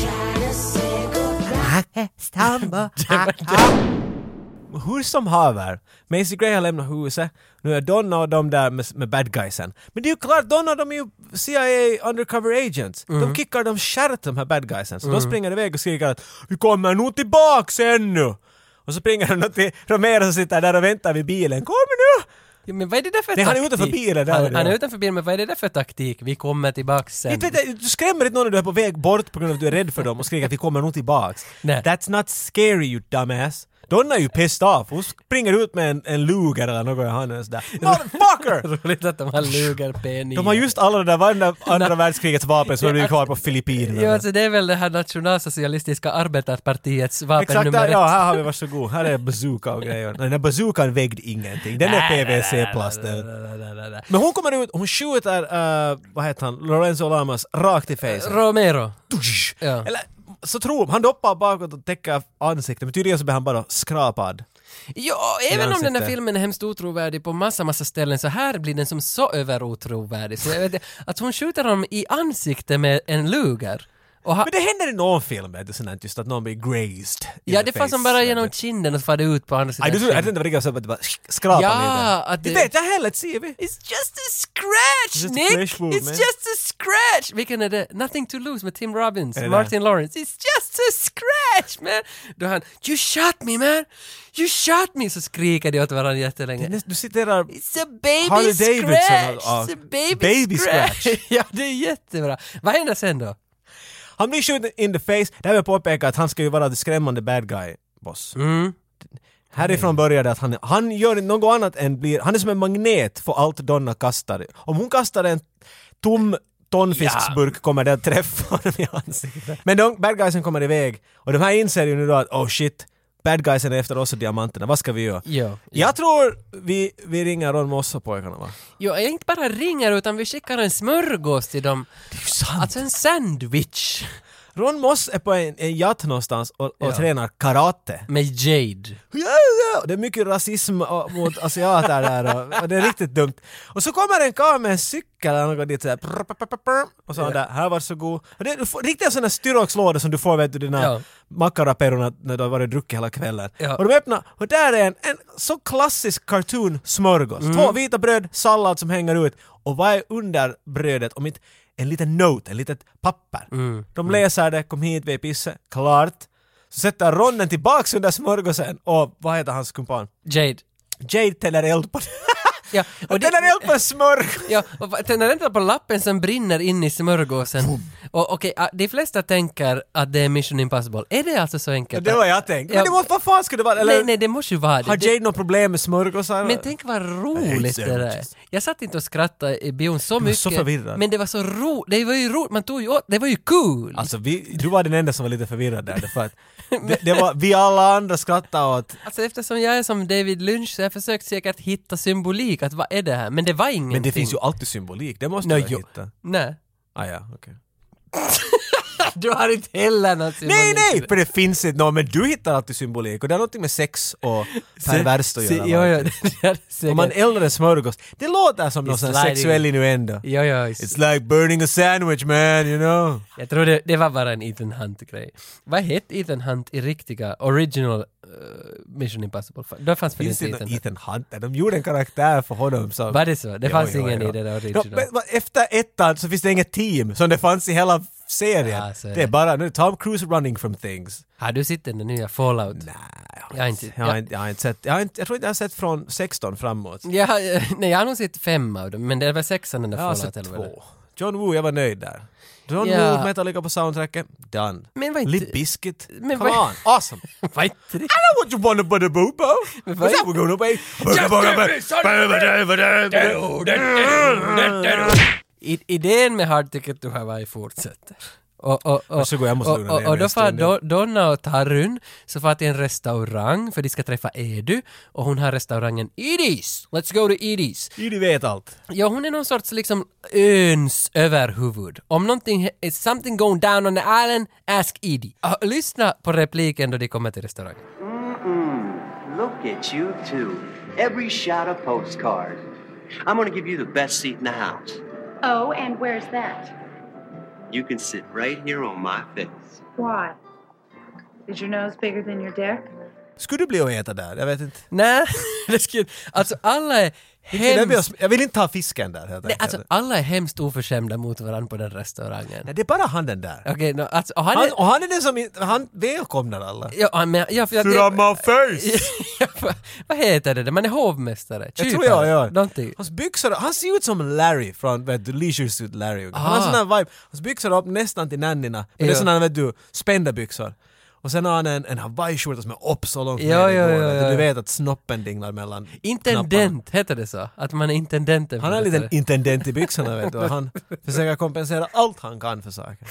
Hur som haver, Macy Gray har lämnat huset. Nu är Donna och de där med, med bad guysen. Men det är ju klart, Donna de är ju C I A undercover agents. De kickar dem kärt de här bad guysen. Så de springer iväg och skriker att vi kommer nog tillbaks ännu. Och så springer de till Romero som sitter där och väntar vid bilen. Kom nu! Ja, men vad är det där för Nej, han är taktik? utanför bilen där, Han, det han är är. utanför bilen, men vad är det där för taktik? Vi kommer tillbaks sen. Inte vet jag, du skrämmer inte någon när du är på väg bort på grund av att du är rädd för dem och skriker att vi kommer nog tillbaks. Nej. That's not scary you dumbass. Donna är ju pissed off. Hon springer ut med en, en luger eller något i handen sådär. Motherfucker! Roligt att de har luger P nio. De har just alla de där varenda andra världskrigets vapen som har blivit kvar på Filippinerna. Ja, alltså det är väl det här nationalsocialistiska arbetarpartiets vapen Exakt, nummer där, ett. ja här har vi varsågod. Här är bazooka och grejer. Den här bazookan vägde ingenting. Den är P V C-plast. Nej, nej, nej, nej, nej. Men hon kommer ut, hon skjuter, uh, vad heter han, Lorenzo Lamas rakt i facet. Romero. Ja. Eller så tror han doppar bakåt och täcker ansiktet, men tydligen så blir han bara skrapad. Ja, även om den här ansiktet. filmen är hemskt otrovärdig på massa, massa ställen, så här blir den som så överotrovärdig. Så jag vet, inte, att hon skjuter honom i ansiktet med en luger. Och ha, Men det händer i någon film, vet du, sånt här, just att någon blir grazed. in ja, the det far som face, bara vet genom du. kinden och så far det ut på andra sidan. Nej, du tror, jag kinden. tänkte det var riktigt så att det bara skrapa Ja, lite. att Det det- vet jag heller, ser vi. It's just a scratch, Just a Nick! flesh wound, It's man. just a scratch! Vilken är det? Nothing to lose med Tim Robbins, Är det Martin Lawrence. It's just a scratch, man! Då han, you shot me, man! You shot me! Så skriker de åt varandra jättelänge. Det är näst- Du citerar... It's a baby Harley Davidson scratch! har- It's a baby, Baby scratch! scratch. Ja, det är jättebra. Vad händer sen då? Han blir skjuten in the face. Där vill jag påpeka att han ska ju vara det skrämmande bad guy boss. Mm. Härifrån börjar det att han, han gör inte något annat än blir... Han är som en magnet för allt Donna kastar. Om hon kastar en tom tonfisksburk kommer det att träffa honom i ansiktet. Men de bad guysen kommer iväg och de här inser ju nu då att oh shit, bad guysen är efter oss och diamanterna. Vad ska vi göra? Ja, ja. Jag tror vi, vi ringer Ron Moss och pojkarna va? Jo, jag inte bara ringer utan vi skickar en smörgås till dem. Det är ju sant. Alltså en sandwich. Ron Moss är på en, en yacht någonstans och, och Ja. tränar karate. Med Jade. Ja, ja. Det är mycket rasism uh, mot asiater där och, och det är riktigt dumt. Och så kommer en karl med en cykel eller något dit såhär prr, prr, prr, prr, och så Ja. där, här varsågod. Och det är riktigt sådana styroxlådor som du får vet du dina Ja. makaraperorna när du har varit druckit hela kvällen. Ja. Och de öppnar och där är en, en så klassisk cartoon smörgås. Mm. Två vita bröd, sallad som hänger ut och vad är under brödet om inte en liten note, en litet papper. Mm. De läser det, kom hit, vi är pisse, klart. Så sätter Ronnen tillbaks under smörgåsen och vad heter hans kumpan? Jade. Jade täller eld på det. Ja, Och och det, täller eld på en smörgås! ja, och va- den är inte på lappen som brinner in i smörgåsen. Och okej, ah, de flesta tänker att det är Mission Impossible. Är det alltså så enkelt? Det var jag tänkt. Men Ja. det måste, vad fan skulle det vara? Eller Nej, nej, det måste ju vara det. har det. Jade något problem med smörgåsar? Men tänk vad roligt det där är. sandwiches. Jag satt inte och skrattade i bion så var mycket. så förvirrad. Men det var så roligt. Det var ju roligt. Man tog ju åt. Det var ju cool. Alltså vi, du var den enda som var lite förvirrad där. För att det, det var, vi alla andra skrattade åt. Alltså eftersom jag är som David Lynch så har jag försökt säkert hitta symbolik. Att vad är det här? Men det var ingenting. Men det finns ju alltid symbolik, det måste Nå, du jo. hitta. Nej. Ah ja, okej. Du har inte heller något symbolik. Nej, nej! För det finns inte någon, men du hittar alltid symbolik. Och det har något med sex och perverst att göra. Jo, jo, det är säkert. Om man eldar en smörgås. Det låter som någon sån sliding. sexuell innuendo. Jo, jo. It's like burning a sandwich, man, you know. Jag tror det, det var bara en Ethan Hunt-grej. Vad hette Ethan Hunt i riktiga original uh, Mission Impossible? Då fanns väl Finns inte det Ethan någon Hunt? Ethan Hunt? De gjorde en karaktär för honom. Så. Var det så? Det Jo, fanns jo, ingen jo. i det där No, original. men, men efter ettan så finns det inget team som det fanns i hela serien. Ja, så är det är det. bara nu Tom Cruise running from things. Har du sett den nya Fallout? Nej, Jag har inte- jag, har jag- inte, jag har inte sett. Jag, har inte, jag tror inte jag har sett från sexton framåt. Ja, nej, jag har nog sett fem av dem, men det var sexan den där Jag har Fallout. sett eller vad det- två. John Woo, jag var nöjd där. John Ja. Woo, Metallica på soundtracket, done. Men vad inte- Limp Bizkit, Men come vad- on, awesome. Vad inte det? I know what you wanna put a boo boo. Men What's vad- that we're gonna be? I, idén med Hard Ticket to Hawaii fortsätter. Och, och, och, Varsågod, jag måste och, lugna och, ner och mig då en far stund. Do- Donna och Tarun så far till en restaurang för de ska träffa Edu och hon har restaurangen Edie's. Let's go to Edie's. Idi vet allt. Ja, hon är någon sorts liksom öns överhuvud. Om någonting, is something going down on the island, ask Edie. Uh, lyssna på repliken då de kommer till restaurangen. Look at you two. Every shot a postcard. I'm going to give you the best seat in the house. Oh, and where's that? You can sit right here on my face. Why? Is your nose bigger than your dick? Skulle du bli och äta där? Jag vet inte. Nej, det skulle... Alltså alla är Jag vill, hemskt... jag vill inte ha fisken där helt Nej, enkelt. alltså alla är hemskt oförskämda mot varandra på den restaurangen. Nej, det är bara han den där. Okej, no, alltså, och han Han, är... och han är den som inte- han välkomnar alla. Ja, han- men, ja, för jag, Sit on my face! Ja, vad- vad heter det? Man är hovmästare. Jag tror jag, ja. Någonting. Hans byxor, han ser ut som Larry från vet du, Leisure Suit Larry. Han har Ah. sån här vibe. Hans byxor är upp nästan till nannina. Men det är Ja. såna här, vet du, spända byxor. Och sen har han en, en Hawaii-skjorta som är upp så långt Ja, ner i ja, gården. ja, ja. Du vet att snoppen dinglar mellan knapparna. Intendent, heter det så? Att man är intendenten. Han är en för liten det. intendent i byxorna vet du. Och han försöker kompensera allt han kan för saker.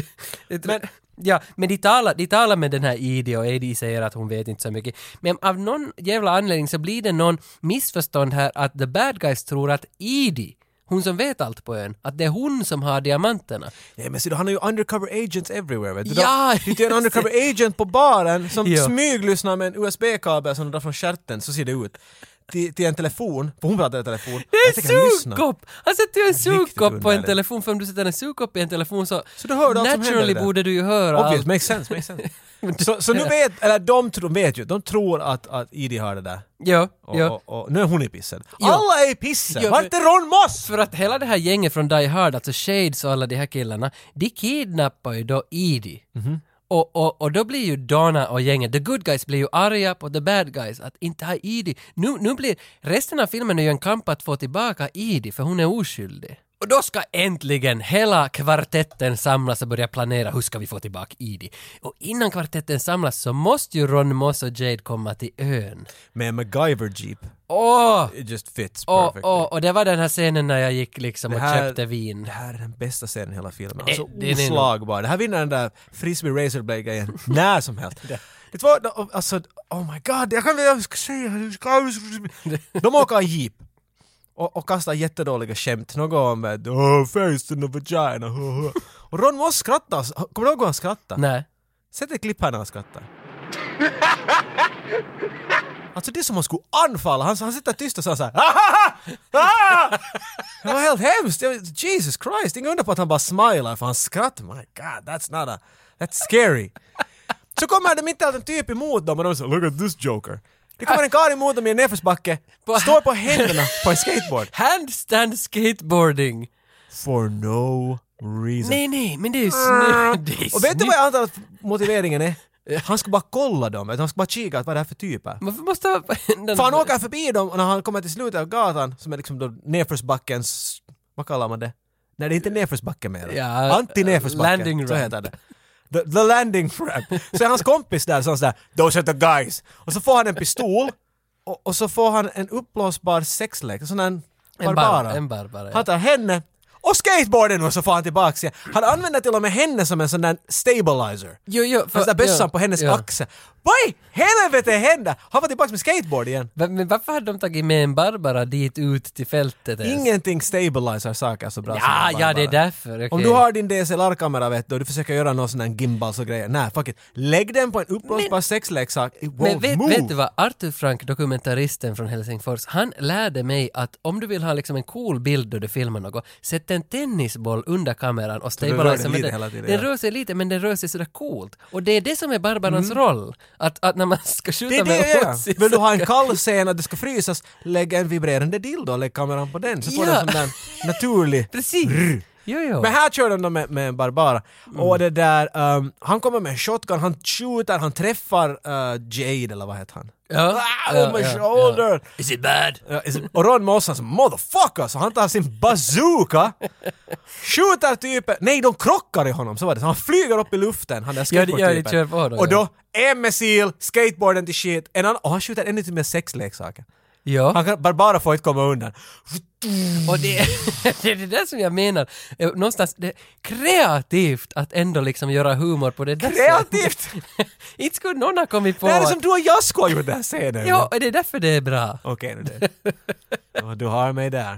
Men, ja, men de talar, de talar med den här Edie och Edie säger att hon vet inte så mycket. Men av någon jävla anledning så blir det någon missförstånd här att the bad guys tror att Edie, hon som vet allt på ön, att det är hon som har diamanterna. Ja, men ser du, han har ju undercover agents everywhere vet du. Ja, Det är en undercover agent på baren som Ja. smyglyssnar med en U S B-kabel som drar från stjärten, så ser det ut. Till, till en telefon, för hon pratar i telefon. Det Jag är tänker en lyssna. sugkopp! Han sätter ju en Riktigt sugkopp på en underligt. telefon, för om du sätter en sugkopp i en telefon så, Så du hör allt som händer naturally där. borde du ju höra Obvious, allt. makes sense, makes sense. så, så nu vet, eller de tror, vet ju, de tror att, att Edie har det där. Ja, Och, ja. och, och nu är hon i pissen. Ja. Alla är i pissen! Ja, Vart men- är Ron Moss? För att hela det här gänget från Die Hard, alltså Shades och alla de här killarna, de kidnappar ju då Edie. Mhm. Och, och, och då blir ju Donna och gänget, the good guys blir ju arga på the bad guys att inte ha Edie. Nu, nu blir resten av filmen är ju en kamp att få tillbaka Edie för hon är oskyldig. Och då ska äntligen hela kvartetten samlas och börja planera hur ska vi få tillbaka Edie. Och innan kvartetten samlas så måste ju Ron Moss och Jade komma till ön. Med en MacGyver-jeep. Åh! It just fits Och, perfectly. och, och det var den här scenen när jag gick liksom Det och här- köpte vin. Det här är den bästa scenen i hela filmen. Det- Alltså det är nog- oslagbar. Det här vinner den där Frisbee Razorblade-grejen när som helst. Det var, alltså, oh my god, jag kan inte, jag ska säga, jag ska- de åker i jeep. Och, och kastar jättedåliga skämt. Något om med oh, face in the vagina. Och Ron Moss skrattar. Kommer du ihåg hur han skrattar? Nej. Sätt ett klipp här när han skrattar. Alltså det är som om han skulle anfalla. Han, han sitter tyst och så såhär. Ah! Det var helt hemskt. Jag- Jesus Christ. Ingen undrar på att han bara smilar för han skrattar. My God, that's not a... That's scary. Så kommer det mitt allt en typ emot dem och de säger look at this joker. Det kommer en karl emot dem i en nedförsbacke. På- Står på händerna på en skateboard. Handstand skateboarding! For no reason. Nej, nej, men det är ju snyggt. Det är Och vet du snyggt. vad jag antar att motiveringen är? Han ska bara kolla dem. Han ska bara kika att vad det är för typer. Varför måste han vara på händerna? För han åker förbi dem och när han kommer till slutet av gatan som är liksom då nedförsbackens... Vad kallar man det? Nej, det är inte nedförsbacke mer. Ja, Anti-nedförsbacke. landing så ramp. heter det. The, the landing ramp. Så är hans kompis där som sådär those are the guys. Och så får han en pistol och, och så får han en uppblåsbar sexlek. En sån här En bar- barbara. en barbara, ja. Han tar henne och skateboarden och så får han tillbaka. Han använder till och med henne som en sån där stabilizer. Jo, jo. Fast där bössan jo, på hennes jo. axel. Vad i helvete hände? Han var tillbaka med skateboard igen. Men, men varför hade de tagit med en Barbara dit ut till fältet ens? Ingenting stabilizer saker så bra Ja, som en ja, Barbara. det är därför. Okay. Om du har din D S L R-kamera vet du och du försöker göra någon sån där gimbals och grejer. Nej, fuck it. Lägg den på en uppblåsbar sexleksak. It won't Men vet, move. vet du vad? Arthur Frank, dokumentaristen från Helsingfors, han lärde mig att om du vill ha liksom en cool bild då du filmar något, sätt en tennisboll under kameran och den rör stabilizer den med lite den. hela tiden, Den ja. rör sig lite, men den rör sig sådär coolt. Och det är det som är Barbarans roll. Att, att när man ska skjuta Det är med det jag odds i Vill du ha en saker- kall scen att det ska frysas, lägg en vibrerande dildo och lägg kameran på den. Så får Ja. du en sån där naturlig... Precis. Jo, jo. Men här kör de då med, med en Barbara. Och det där, um, han kommer med en shotgun, han skjuter, han träffar uh, Jade eller vad heter han? Ja, Ah, ja, on my ja, shoulder! ja. Is it bad? Ja, is it- och Ron Moss han så motherfucker så han tar sin bazooka skjuter typen, nej de krockar i honom så var det, så han flyger upp i luften han där Ja, det- ja, det skateboardtypen. kör på då, och då ja. en missil, skateboarden till shit en annan, och han skjuter ännu till med sexleksaker. Ja. Han kan, Barbara får inte komma undan. Och det, det är det där som jag menar. Eh, Någonstans, det är kreativt att ändå liksom göra humor på det där Kreativt! sättet. Inte skulle någon ha kommit på Det är det att- som du och Jasko har gjort den här scenen. Ja, och det är därför det är bra. Okej nu det. Ja, du har mig där.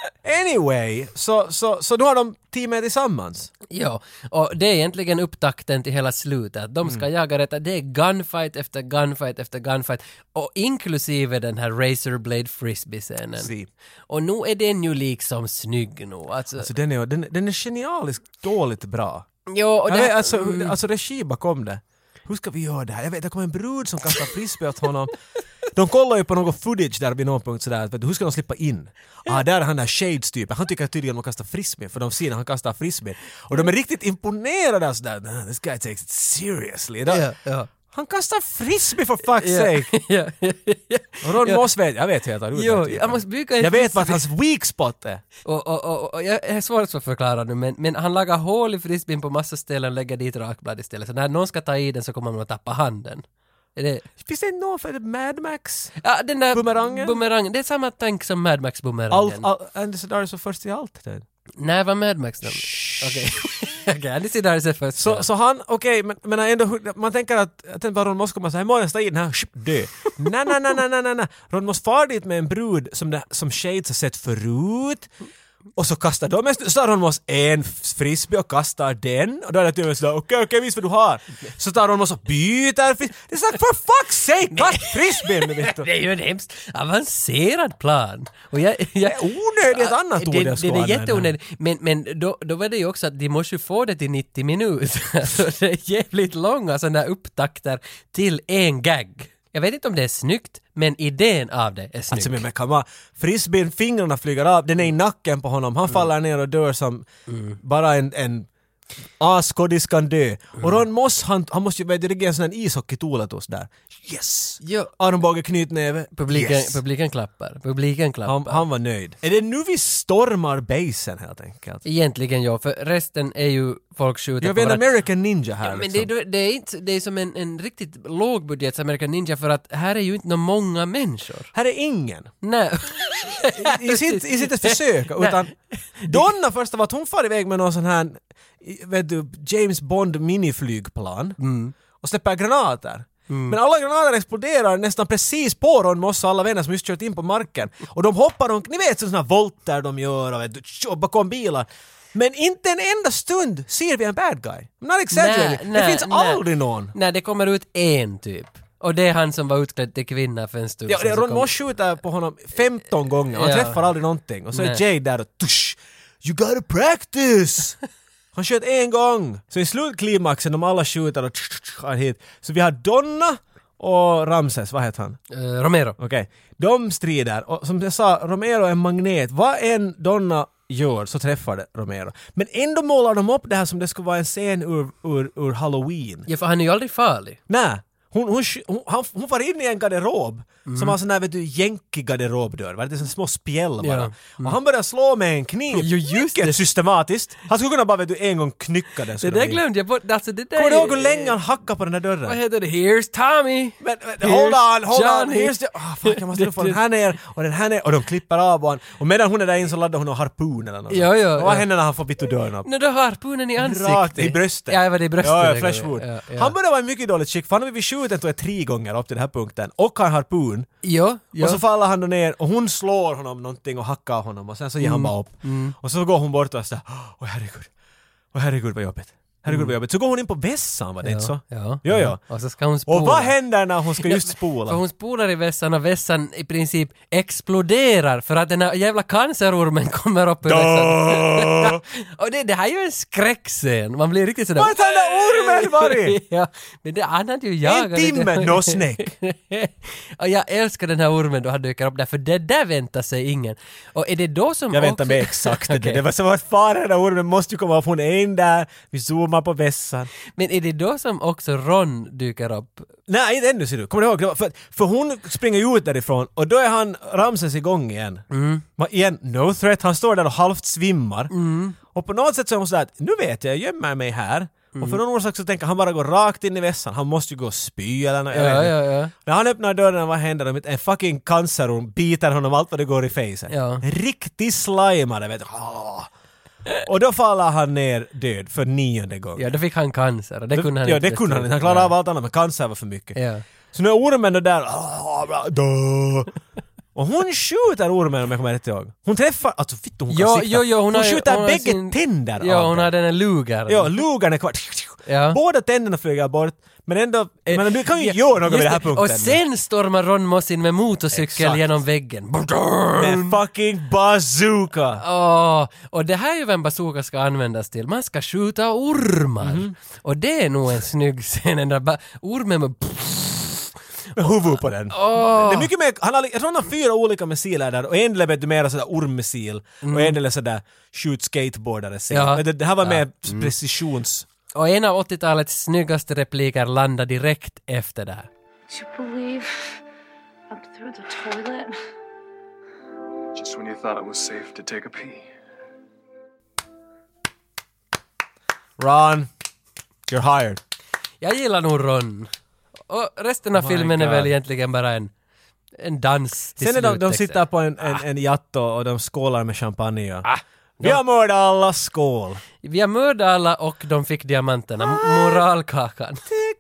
Anyway, så, så, så nu har de teamet tillsammans. Ja, och det är egentligen upptakten till hela slutet. De ska jaga rätta. Det är gunfight efter gunfight efter gunfight. Och inklusive den här Razorblade Frisbee-scenen. Si. Och nu är den ju liksom snygg nu. Alltså, Alltså den är, den, den är genialiskt dåligt bra. jo, och Jag det, vet, alltså, mm, alltså regi bakom det. Hur ska vi göra det här? Jag vet, det kommer en brud som kastar frisbee åt honom. De kollar ju på något footage där vid någon punkt sådär, vet du, hur ska de slippa in? Ah, där är han där Shades-typen. Han tycker tydligen om att kasta frisbee för de ser när han kastar frisbee. Och de är riktigt imponerade sådär. Nah, this guy takes it seriously. Då, ja, ja. Han kastar frisbee for fuck's Ja, sake! ja, ja, ja. Och Ron Ja. Moss vet, jag vet hur jag tar ut Jo, den typen. jag måste bygga en Jag vet vad frisbee. hans weak spot är. Och, och, och, och jag är svårt att förklara nu, men, men han lagar hål i frisbeen på massa ställen och lägger dit rakblad istället. Så när någon ska ta i den så kommer man att tappa handen. Är det... Finns det någon för Mad Max? Ja, den där Boomerangen? boomerangen. Det är samma tank som Mad Max-boomerangen. Allt, all, Andy Sedaris var först i allt. Den. När var Mad Max då? Okej. Okej, Andy Sedaris är först. Så, så han, okej, men, men ändå, man tänker att, jag tänkte bara Ron måste komma så här, imorgon ska jag in här, ship, dö. Nej, nej, nej, nej, nej, nej, nej. Ron måste fara dit med en brud som, det, som Shades har sett förut. Och så kastar de en, så tar Ron Moss en frisbee och kastar den. Och då är det typ sådär, okej, okej, vis vad du har. Så tar Ron Moss och byter frisbee. Det är såhär, for fuck's sake, kast frisbeen, vet du. Det är ju en hemskt avancerad plan. Och jag, jag, Det är onödigt annat ord det, jag det, skulle det är använda. jätteonödigt. Men, men då, då var det ju också att de måste ju få det till nittio minuter. Så det är jävligt långa sådana här upptakter till en gag. Jag vet inte om det är snyggt, men idén av det är snygg. Alltså men, men kan man, frisbeen, fingrarna flyger av, den är i nacken på honom, han faller ner och dör som bara en, en askådis kan dö. Och Ron Moss, han, han måste ju vet du, det är en sån här ishockey-toletos där. Yes! Jo. Armbåge, knytnäve. Publiken, Yes! publiken klappar. Publiken klappar. Han, han var nöjd. Är det nu vi stormar basen helt enkelt? Egentligen ja, för resten är ju folk skjuter Jag vet en varandra. American Ninja här Ja, men liksom. det, det, är inte, det är som en, en riktigt lågbudgets American Ninja för att här är ju inte några många människor. Här är ingen. Nej. I, i, sitt, I sitt ett försök. Nej. Utan Donna första var att hon far iväg med någon sån här vet du, James Bond miniflygplan och släpper granater. Men alla granater exploderar nästan precis på Ron Moss och alla vänner som just kört in på marken. Och de hoppar, och, ni vet sådana här volter de gör och vet du, bakom bilar. Men inte en enda stund ser vi en bad guy. Not exaggerating. Nej, Det nej, finns nej. aldrig någon. Nej, det kommer ut en typ. Och det är han som var utklädd till kvinna för en stund Ja, sedan, det, så Ron kom- Moss skjuter på honom femton gånger. Han Ja. träffar aldrig någonting. Och så är Nej. Jade där och tush, you gotta practice! Han sköt en gång. Så i slutklimaxen, de alla skjuter och tsch, tsch, tsch, hit. Så vi har Donna och Ramses, vad heter han? Eh, Romero. Okej. De strider. Och som jag sa, Romero är en magnet. Vad en Donna gör så träffar det Romero. Men ändå målar de upp det här som det skulle vara en scen ur, ur, ur Halloween. Ja, för han är ju aldrig farlig. Nej. Hon, hon, hon, hon, hon var in i en garderob Mm. som har sån här, vet du, jänkig garderobdörr. Det är sån små spjäll bara. Ja. Mm. Och han började slå med en kniv. Jo, just mycket det. systematiskt. Han skulle kunna bara, vet du, en gång knycka den. Det där glömde jag bort. Alltså, det där Kommer du ihåg är- hur länge han hackade på den där dörren? Vad heter det? Here's Tommy! Men, men hold on, hold on, Johnny. here's the... Oh, fuck, jag måste få den här ner och den här ner och de klipper av och, han, och medan hon är där in så laddar hon en harpun eller något. Ja, ja, och vad ja. händer när han får bitt ur dörren upp? Nå, då har harpunen i ansiktet. Rakt i bröstet. Ja, det var det i bröstet. Ja, ja, det Flashwood. gången. Ja, ja. Han började vara i mycket dåligt skick för han har blivit skjuten tror jag tre gånger upp till den här punkten och har en harpun. Ja, ja. Och så faller han då ner och hon slår honom någonting och hackar honom och sen så ger han bara upp. Mm. Och så går hon bort och säger åh herregud, åh herregud vad jobbigt. Herregud vad jobbigt. Så går hon in på vässan, var det inte så? Ja, Jo, jo. Och så ska hon spola. Och vad händer när hon ska just Ja, spola? För hon spolar i vässan och vässan i princip exploderar för att den här jävla cancerormen kommer upp i vässan. Och det, det här är ju en skräckscen. Man blir riktigt sådär... Vart har den där ormen varit? Ja, men det, han hade ju jagat... En timme, no snake. Och jag älskar den här ormen då han dyker upp där, för det där väntar sig ingen. Och är det då som Jag väntar också... mig exakt det. Okej. Det var som att fara den där ormen måste ju komma upp. Hon är in där, vi zoomar på vässan. Men är det då som också Ron dyker upp? Nej, inte ännu ser du. Kommer du ihåg? Det var- För, för hon springer ju ut därifrån och då är han Ramses igång igen. Mm. Igen, no threat. Han står där och halvt svimmar. Mm. Och på något sätt så är hon sådär att nu vet jag, jag gömmer mig här. Mm. Och för någon orsak så tänker han bara gå rakt in i vässan. Han måste ju gå och spy eller något. jag vet Ja, inte. ja, ja. När han öppnar dörren, vad händer? En fucking cancerorm biter honom allt vad det går i facet. Ja. En riktig slimare, vet du. Ah. Och då faller han ner död för nionde gången. Ja, då fick han cancer och det kunde han ja, inte. det kunde han inte. Han klarade av allt annat, men cancer var för mycket. Ja. Så nu är ormen då där... ah, bra, då. Och hon skjuter ormen om jag kommer rätt ihåg. Hon träffar... Alltså fitta hon kan Jo, sikta. jo, jo, hon hon har- skjuter hon har bägge sin- tänder Ja, av hon den. har den här lugaren. Ja, lugan är kvar. Ja. Båda tänderna flyger bort. Men ändå... Eh, men du kan ju ja, göra något vid just den här det. punkten. Och sen stormar Ron Moss in med motorcykel Exakt. genom väggen. Med fucking bazooka. Åh, och det här är ju vad en bazooka ska användas till. Man ska skjuta ormar. Mhm. Och det är nog en snygg scen. Den där ba- ormen med... Med huvud på den. Åh. Det är mycket mer... Han har, jag tror han har fyra olika missiler där och en del är mer sådär ormmissil och en del är sådär shoot skateboardare. Ja. Det, det här var Ja. mer precisions... Och en av åttiotalets snyggaste repliker landar direkt efter det här. Did you believe up through the toilet? Just when you thought it was safe to take a pee. Ron, you're hired. Jag gillar nog Ron. Och resten av Oh filmen my är väl God. egentligen bara en, en dans till Sen är de, slut, de liksom. sitter på en, en, en yacht och, och de skålar med champagne. Och, Ah, vi har mördat alla, skål! Vi har mördat alla och de fick diamanterna. M- Moralkakan.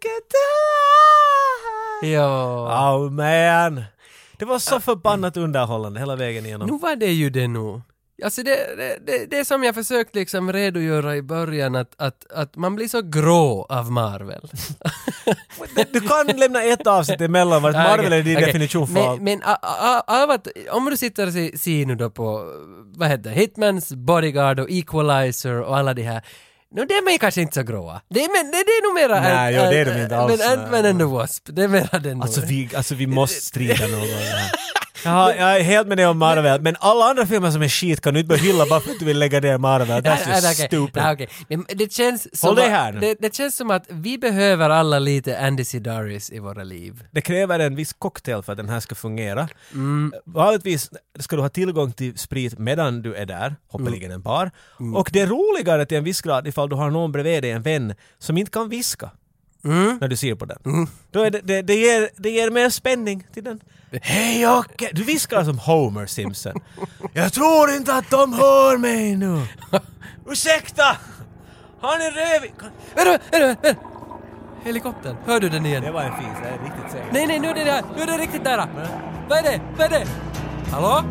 Ja. Oh man! Det var så förbannat underhållande hela vägen igenom. Nu var det ju det nog. Alltså det, det, det, det är som jag försökt liksom redogöra i början att, att, att man blir så grå av Marvel. Du kan lämna ett avsnitt emellan vart Marvel är din Okej, definition för Men, men a, a, a, av att, om du sitter och se- ser nu då på, vad heter det, Hitmans Bodyguard och Equalizer och alla de här. No, det är mig kanske inte så gråa. Det är, men, det, det är nog mera... Nej, Ant- jo, det är de inte alls. Men Ant-Man and the Wasp, det är mera den Alltså nog. vi, alltså vi måste strida någon gång här. Ja, jag är helt med det om Marvel, men alla andra filmer som är skit kan du inte bara hylla bara för att du vill lägga ner Marvel. That's Nej, just nej, okej. stupid. Nej, okej. Men det känns som Håll dig att, här nu. det, det känns som att vi behöver alla lite Andy Sidaris i våra liv. Det kräver en viss cocktail för att den här ska fungera. Mm. Vanligtvis ska du ha tillgång till sprit medan du är där, hoppeligen Mm. en bar. Och det är roligare till en viss grad ifall du har någon bredvid dig, en vän, som inte kan viska. Mm. När du ser på den. Då är det, det, det, ger, det ger mer spänning till den. Hej Jocke! Du viskar som Homer Simpson. Jag tror inte att de hör mig nu. Ursäkta! Har ni rövig? Vänta, vänta, vänta! Helikoptern, hör du den igen? Det var en fin, det är riktigt säkert. Nej, nej, nu är det där! Nu är det riktigt nära! Vad är det? Vad är det? Hallå?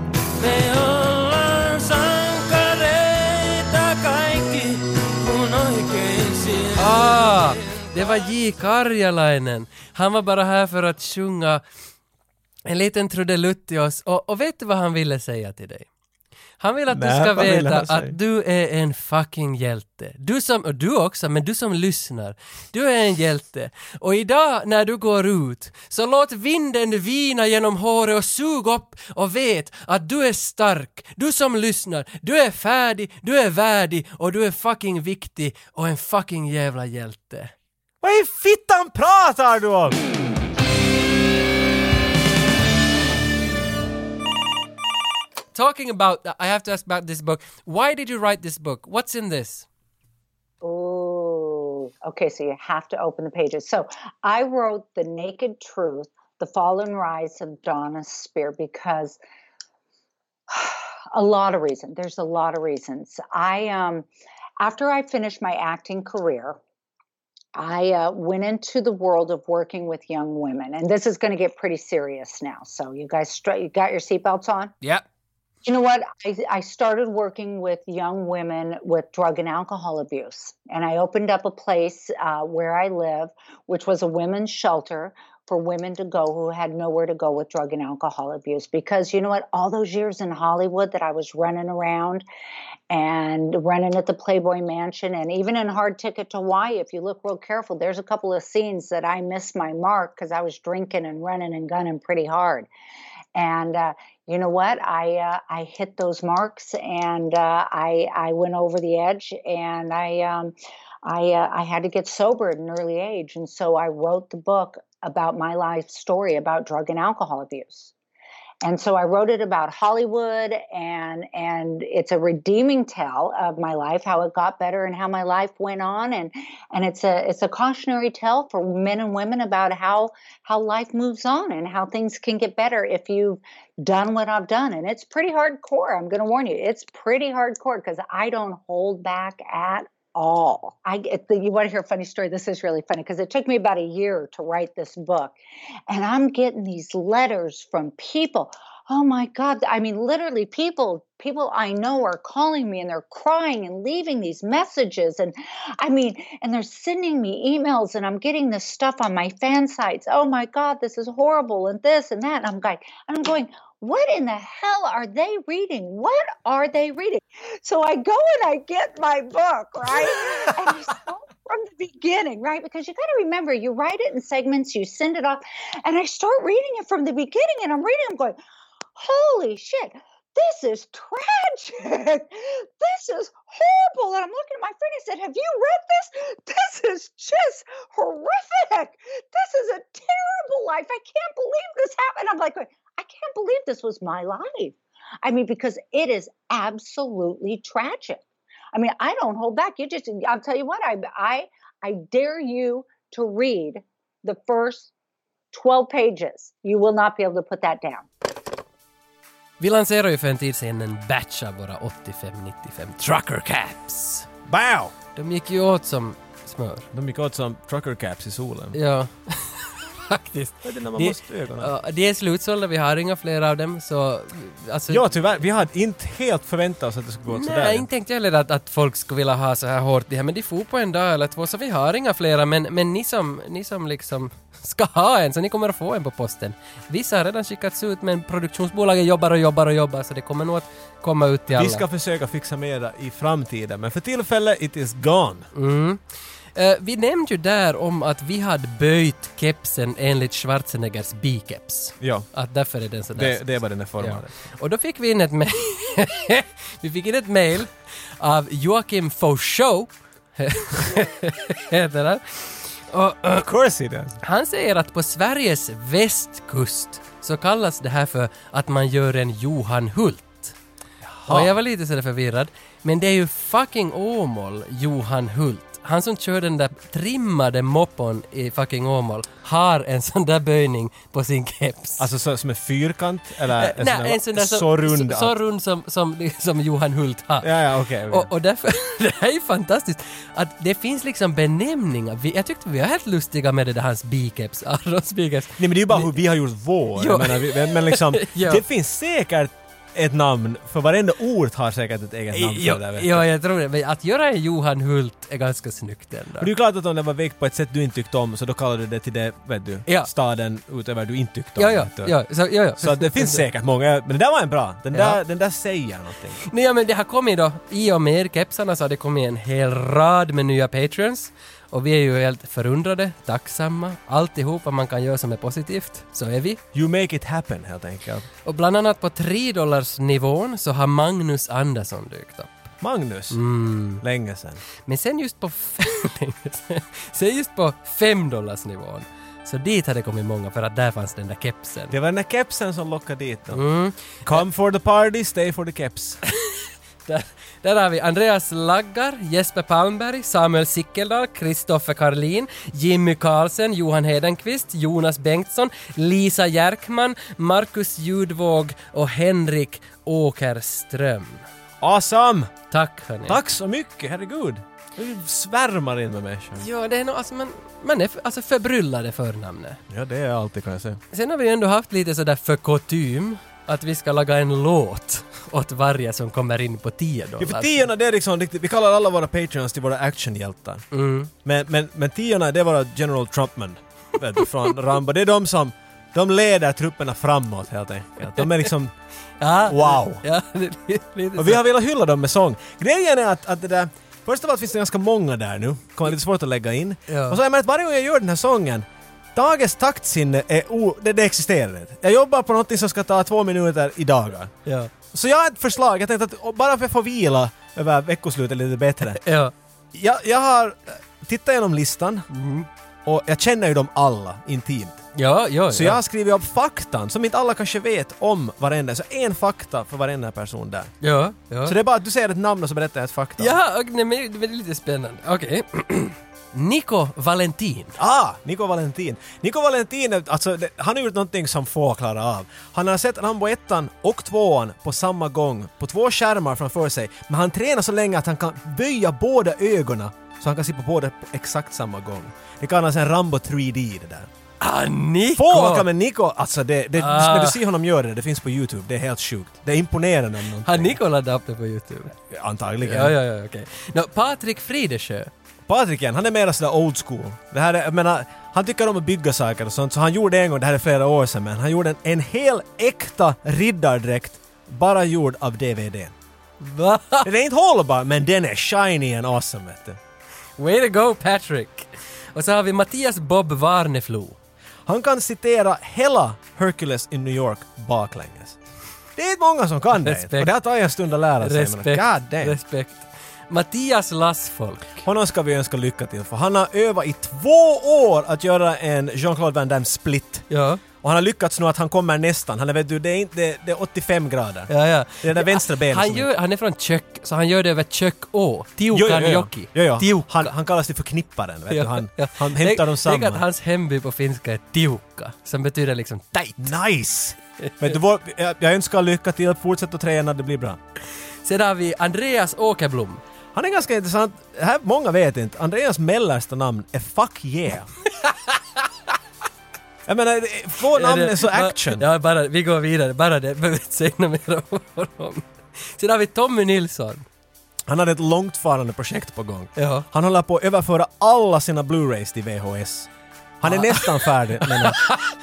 Ah, det var J. Karjalainen. Han var bara här för att sjunga en liten trudelutt till oss. Och, och vet du vad han ville säga till dig? Han vill att Nej, du ska vad ville veta han säga? att du är en fucking hjälte. Du som, och du också, men du som lyssnar. Du är en hjälte. Och idag när du går ut, så låt vinden vina genom håret och sug upp och vet att du är stark. Du som lyssnar, du är färdig, du är värdig och du är fucking viktig och en fucking jävla hjälte. Vad i fittan pratar du om? talking about, I have to ask about this book. Why did you write this book? What's in this? Oh, okay. So you have to open the pages. So I wrote The Naked Truth, The Fall and Rise of Donna Spear, because a lot of reasons. There's a lot of reasons. I, um, after I finished my acting career, I uh, went into the world of working with young women, and this is going to get pretty serious now. So you guys, str- you got your seatbelts on? Yep. You know what? I, I started working with young women with drug and alcohol abuse, and I opened up a place uh, where I live, which was a women's shelter for women to go who had nowhere to go with drug and alcohol abuse. Because you know what? All those years in Hollywood that I was running around and running at the Playboy Mansion, and even in Hard Ticket to Hawaii, if you look real careful, there's a couple of scenes that I missed my mark because I was drinking and running and gunning pretty hard. And uh, you know what? I uh, I hit those marks, and uh, I I went over the edge, and I um, I uh, I had to get sober at an early age, and so I wrote the book about my life story about drug and alcohol abuse. And so I wrote it about Hollywood, and and it's a redeeming tale of my life, how it got better and how my life went on, and and it's a it's a cautionary tale for men and women about how how life moves on and how things can get better if you've done what I've done. And it's pretty hardcore. I'm going to warn you, it's pretty hardcore because I don't hold back at all. I get the, you want to hear a funny story? This is really funny because it took me about a year to write this book, and I'm getting these letters from people. Oh my God. I mean, literally people, people I know are calling me and they're crying and leaving these messages. And I mean, and they're sending me emails, and I'm getting this stuff on my fan sites. Oh my God, this is horrible, and this and that. And I'm going, I'm going, what in the hell are they reading? What are they reading? So I go and I get my book, right? And I start from the beginning, right? Because you got to remember, you write it in segments, you send it off, and I start reading it from the beginning, and I'm reading, I'm going, holy shit, this is tragic. This is horrible. And I'm looking at my friend and said, have you read this? This is just horrific. This is a terrible life. I can't believe this happened. I'm like, I can't believe this was my life. I mean, because it is absolutely tragic. I mean, I don't hold back. You just, I'll tell you what, I, I, I dare you to read the first twelve pages. You will not be able to put that down. Vi lanserar ju för en tid sedan en batch av våra åttiofem nittiofem trucker caps. Wow! De gick ju åt som smör. De gick åt som trucker caps i solen. Ja, faktiskt. Det är när man det, måste ögonen. Uh, det är slutsålda, vi har inga fler av dem. Så, alltså, ja, tyvärr. Vi hade inte helt förväntat oss att det skulle gå åt sådär. Nej, inte tänkte jag heller att, att folk skulle vilja ha så här hårt det här. Men de får på en dag eller två, så vi har inga flera. Men, men ni, som, ni som liksom ska ha en, så ni kommer att få en på posten. Vissa har redan skickats ut, men produktionsbolagen jobbar och jobbar och jobbar, så det kommer nog att komma ut till alla. Vi ska försöka fixa med det i framtiden, men för tillfället, it is gone. Mm. Uh, vi nämnde ju där om att vi hade böjt kepsen enligt Schwarzeneggers bikeps. Ja. Att därför är den sådär. Det, det är vad den är formad. Ja. Och då fick vi in ett mail. vi fick in ett mail av Joakim Fauchot. heter han. Och, uh, of course he does. Han säger att på Sveriges västkust så kallas det här för att man gör en Johan Hult. Jaha. Och jag var lite sådär förvirrad. Men det är ju fucking Åmål Johan Hult. Han som kör den där trimmade moppon i fucking Åmål har en sån där böjning på sin keps. Alltså så, som en fyrkant? Eller en, Nej, sån, en sån där så, så rund? Så, så rund som, som, som Johan Hult har. Ja, ja, okej. Okay, okay. Och, och därför, det här är ju fantastiskt att det finns liksom benämningar. Vi, jag tyckte vi var helt lustiga med det där hans bikeps, Arons bikeps. Nej, men det är ju bara hur vi har gjort vår. Jag menar, vi, men liksom, det finns säkert ett namn, för varenda ort har säkert ett eget namn för jo, det där. Vet ja, jag tror det. Men att göra en Johan Hult är ganska snyggt ändå. Och det är klart att om det var väg på ett sätt du inte tyckte om, så då kallar du det till det, vet du, ja. staden utöver du inte tyckte om. Ja, ja, ja. Så, ja, ja. så det finns säkert många, men det där var en bra. Den, ja. där, den där säger någonting. Nej, ja, men det har kommit då, i och med kepsarna så har det kommit en hel rad med nya Patreons. Och vi är ju helt förundrade, tacksamma. Alltihop vad man kan göra som är positivt, så är vi. You make it happen, helt enkelt. Och bland annat på tre dollars nivån så har Magnus Andersson dykt upp. Magnus? Mm. Länge sedan. Men sen just på f- sen just på fem dollars nivån Så dit hade kommit många för att där fanns den där kepsen. Det var den där kepsen som lockade dit då. Mm. Come for the party, stay for the keps. Där, där har vi Andreas Laggar, Jesper Palmberg, Samuel Sickeldal, Kristoffer Karlin, Jimmy Karlsen, Johan Hedenqvist, Jonas Bengtsson, Lisa Järkman, Marcus Judvåg och Henrik Åkerström. Awesome! Tack hörni. Tack så mycket, herregud. Du svärmar in med människor. Ja, det är nog, alltså man, man är alltså förbryllade förnamnet. Ja, det är alltid kan jag säga. Sen har vi ändå haft lite sådär för kutym att vi ska laga en låt åt varje som kommer in på tio dollar. Ja, för tiorna det är liksom riktigt, vi kallar alla våra Patreons till våra actionhjältar. Mm. Men, men, men tiorna det är våra General Trumpman vet du, från Rambo. Det är de som, de leder trupperna framåt helt enkelt. De är liksom, ja, wow. Ja, det, lite och vi har velat hylla dem med sång. Grejen är att, att det där, först av allt finns det ganska många där nu. Kommer lite svårt att lägga in. Ja. Och så har jag märkt varje gång jag gör den här sången, dagens taktsinne är o, det, det existerar inte. Jag jobbar på något som ska ta två minuter i dagar. Ja. Så jag har ett förslag. Jag tänkte att bara för att få vila över veckoslutet lite bättre. Ja. Jag, jag har tittat igenom listan Mm. och jag känner ju dem alla intimt. Ja, ja, Så ja. jag har skrivit upp faktan som inte alla kanske vet om varenda. Så en fakta för varenda person där. Ja, ja. Så det är bara att du säger ett namn och så berättar jag ett fakta. Ja, och, nej, men det är lite spännande. Okej. Nico Valentin. Ah, Nico Valentin. Nico Valentin, alltså, det, han har gjort någonting som få klarar av. Han har sett Rambo ettan och tvåan på samma gång, på två skärmar framför sig. Men han tränar så länge att han kan böja båda ögonen så han kan se på båda på exakt samma gång. Det kallas en Rambo tre D det där. Ah, Nico! Få åka med Nico, alltså det, det, Ah. när du ser honom göra det, det finns på YouTube, det är helt sjukt. Det är imponerande om någonting. Har Nico laddat upp det på YouTube? Antagligen. Ja, ja, ja, okej. No, Patrik Fridesjö. Patrik igen, han är mer sådär old school. Det här är, jag menar, han tycker om att bygga saker och sånt, så han gjorde en gång, det här är flera år sedan, men han gjorde en, en hel äkta riddardräkt bara gjord av D V D. Va? Den är inte hållbar, men den är shiny and awesome, vet du. Way to go, Patrick! Och så har vi Mattias Bob Warneflo. Han kan citera hela Hercules in New York baklänges. Det är inte många som kan det. Respekt. Och det har tagit en stund att lära sig. Respekt. Men God damn. Respekt. Mattias Lassfolk. Honom ska vi önska lycka till, för han har övat i två år att göra en Jean-Claude Van Damme split. Ja. Och han har lyckats nu att han kommer nästan. Han är, vet du, det är, inte, det, det är åttiofem grader. Ja, ja. Det är det där vänstra benet Han, som- gör, han är från Kök, så han gör det över Kökå. Tiukanjoki. Jo, jo. Tiukka. Han, han kallas det för knipparen, vet du. Han, ja. han hämtar dem Tänk- Tänk att samman. hans hemby på finska är tiukka, som betyder liksom tight. Nice! Vet du, vår, jag, jag önskar lycka till, fortsätt att träna, det blir bra. Sen har vi Andreas Åkerblom. Han är ganska intressant. Här, många vet inte. Andreas mellersta namn är Fuck Yeah. Jag menar, få namn är så action. Ja, bara, vi går vidare. Bara det. Behöver inte säga något mer om honom. Sen har vi Tommy Nilsson. Han hade ett långtfarande projekt på gång. Ja. Han håller på att överföra alla sina Blu-rays till V H S. Han är Ah. nästan färdig. Men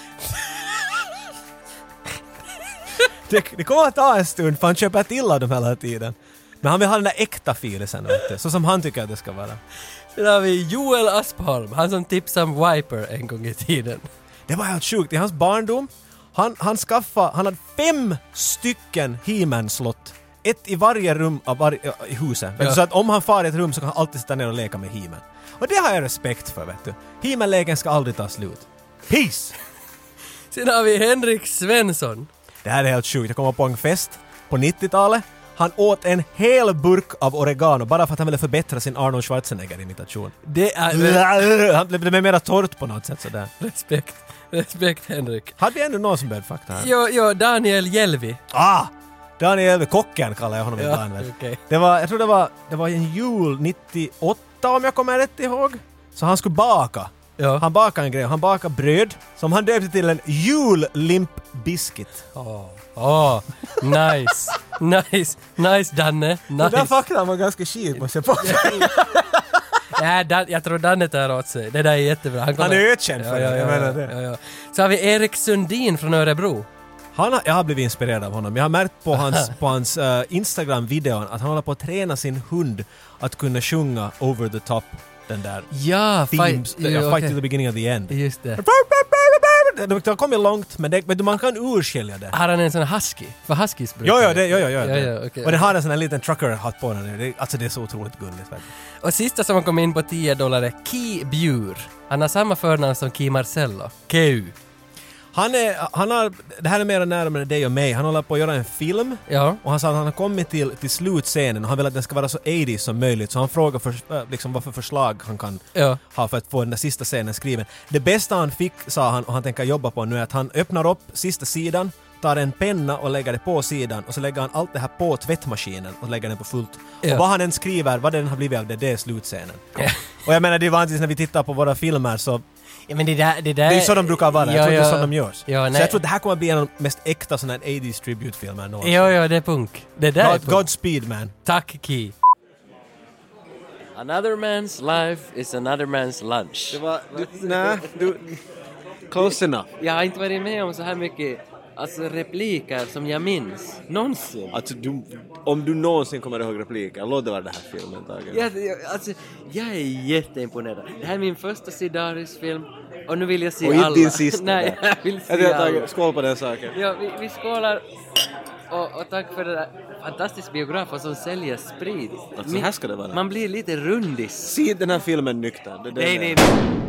det, det kommer att ta en stund, för han köper till av dem hela tiden. Men han vill ha den där äkta filen sen, vet du. Så som han tycker att det ska vara. Sen har vi Joel Aspholm. Han som tipsade om Viper en gång i tiden. Det var helt sjukt. I hans barndom, han, han skaffade, han hade fem stycken He-Man-slott. Ett i varje rum av varje, i huset. Ja. Så att om han far i ett rum så kan han alltid sitta ner och leka med He-Man. Och det har jag respekt för, vet du. He-Man-leken ska aldrig ta slut. Peace! Sen har vi Henrik Svensson. Det här är helt sjukt. Jag kommer på en fest på nittiotalet. Han åt en hel burk av oregano bara för att han ville förbättra sin Arnold Schwarzenegger-imitation. Det är... Han blev blev mer torrt på något sätt sådär. Respekt. Respekt, Henrik. Hade vi ändå någon som började fakta här? Jo, jo, Daniel Jelvi. Ah! Daniel Kocken kallar jag honom Ja, ibland. vet du. okej. Det var, jag tror det var, det var en jul nittioåtta om jag kommer rätt ihåg. Så han skulle baka. Ja. Han bakade en grej. Han bakade bröd som han döpte till en jullimp biscuit. Åh, oh, nice. Nice. Nice, Danne. Det där Nice. faktan var ganska skit, måste jag påpeka. Ja, Dan, jag tror Danne tar åt sig. Det där är jättebra. Han kommer- är ökänd för ja, det, ja, jag ja, menar det. Ja, ja. Så har vi Erik Sundin från Örebro. Han har, jag har blivit inspirerad av honom. Jag har märkt på hans, på hans uh, Instagram-videon att han håller på att träna sin hund att kunna sjunga Over the Top. Den där Ja, themes, fight, uh, jo, fight okej. to the beginning of the end. Just det. de har kommit långt, men, det, men man kan urskilja det. Har han en sån husky? För huskies brukar... Jo, jo, det, jo, jo, jo, ja, det. ja, okay. Och den har en sån här liten trucker-hatt på den. Det, alltså det är så otroligt gulligt. Och sista som har kommit in på tio dollar är Key Bjur. Han har samma förnamn som Key Marcello. Keu. Han är, han har, det här är mer närmare dig och mig. Han håller på att göra en film. Ja. Och han sa att han har kommit till, till slutscenen och han vill att den ska vara så åttio som möjligt. Så han frågar för, liksom, vad för förslag han kan ja. ha för att få den där sista scenen skriven. Det bästa han fick, sa han, och han tänker jobba på nu, är att han öppnar upp sista sidan, tar en penna och lägger det på sidan och så lägger han allt det här på tvättmaskinen och lägger den på fullt. Ja. Och vad han än skriver, vad den har blivit av det, det är slutscenen. Ja. Och jag menar, det är vanligt när vi tittar på våra filmer så ja, men det, där, det, där, det är så de brukar vara, ja, jag tror ja, det är så de görs. Ja, så jag tror att det här kommer att bli en av de mest äkta sådana här åttio tribute-filmer någonsin. Ja, ja, det är punk. Det där God, är punk. Godspeed, man. Tack, Key. Another man's life is another man's lunch. Det var... Du, nej, du... Close enough. Jag har inte varit med om så här mycket alltså, repliker som jag minns. Någonsin. Alltså, du, om du någonsin kommer ihåg repliker, låt det vara den här filmen, Tage. Jag, jag, alltså, jag är jätteimponerad. Det här är min första Sidaris-film. Och nu vill jag se och alla. Och inte din sista. Nej, jag vill se jag alla. Skål på den saken. Ja, vi, vi skålar. Och, och tack för det där fantastiska biografen som säljer sprit. Alltså, här ska det vara. Man blir lite rundis. Se den här filmen nykter. Det, det nej, nej, nej.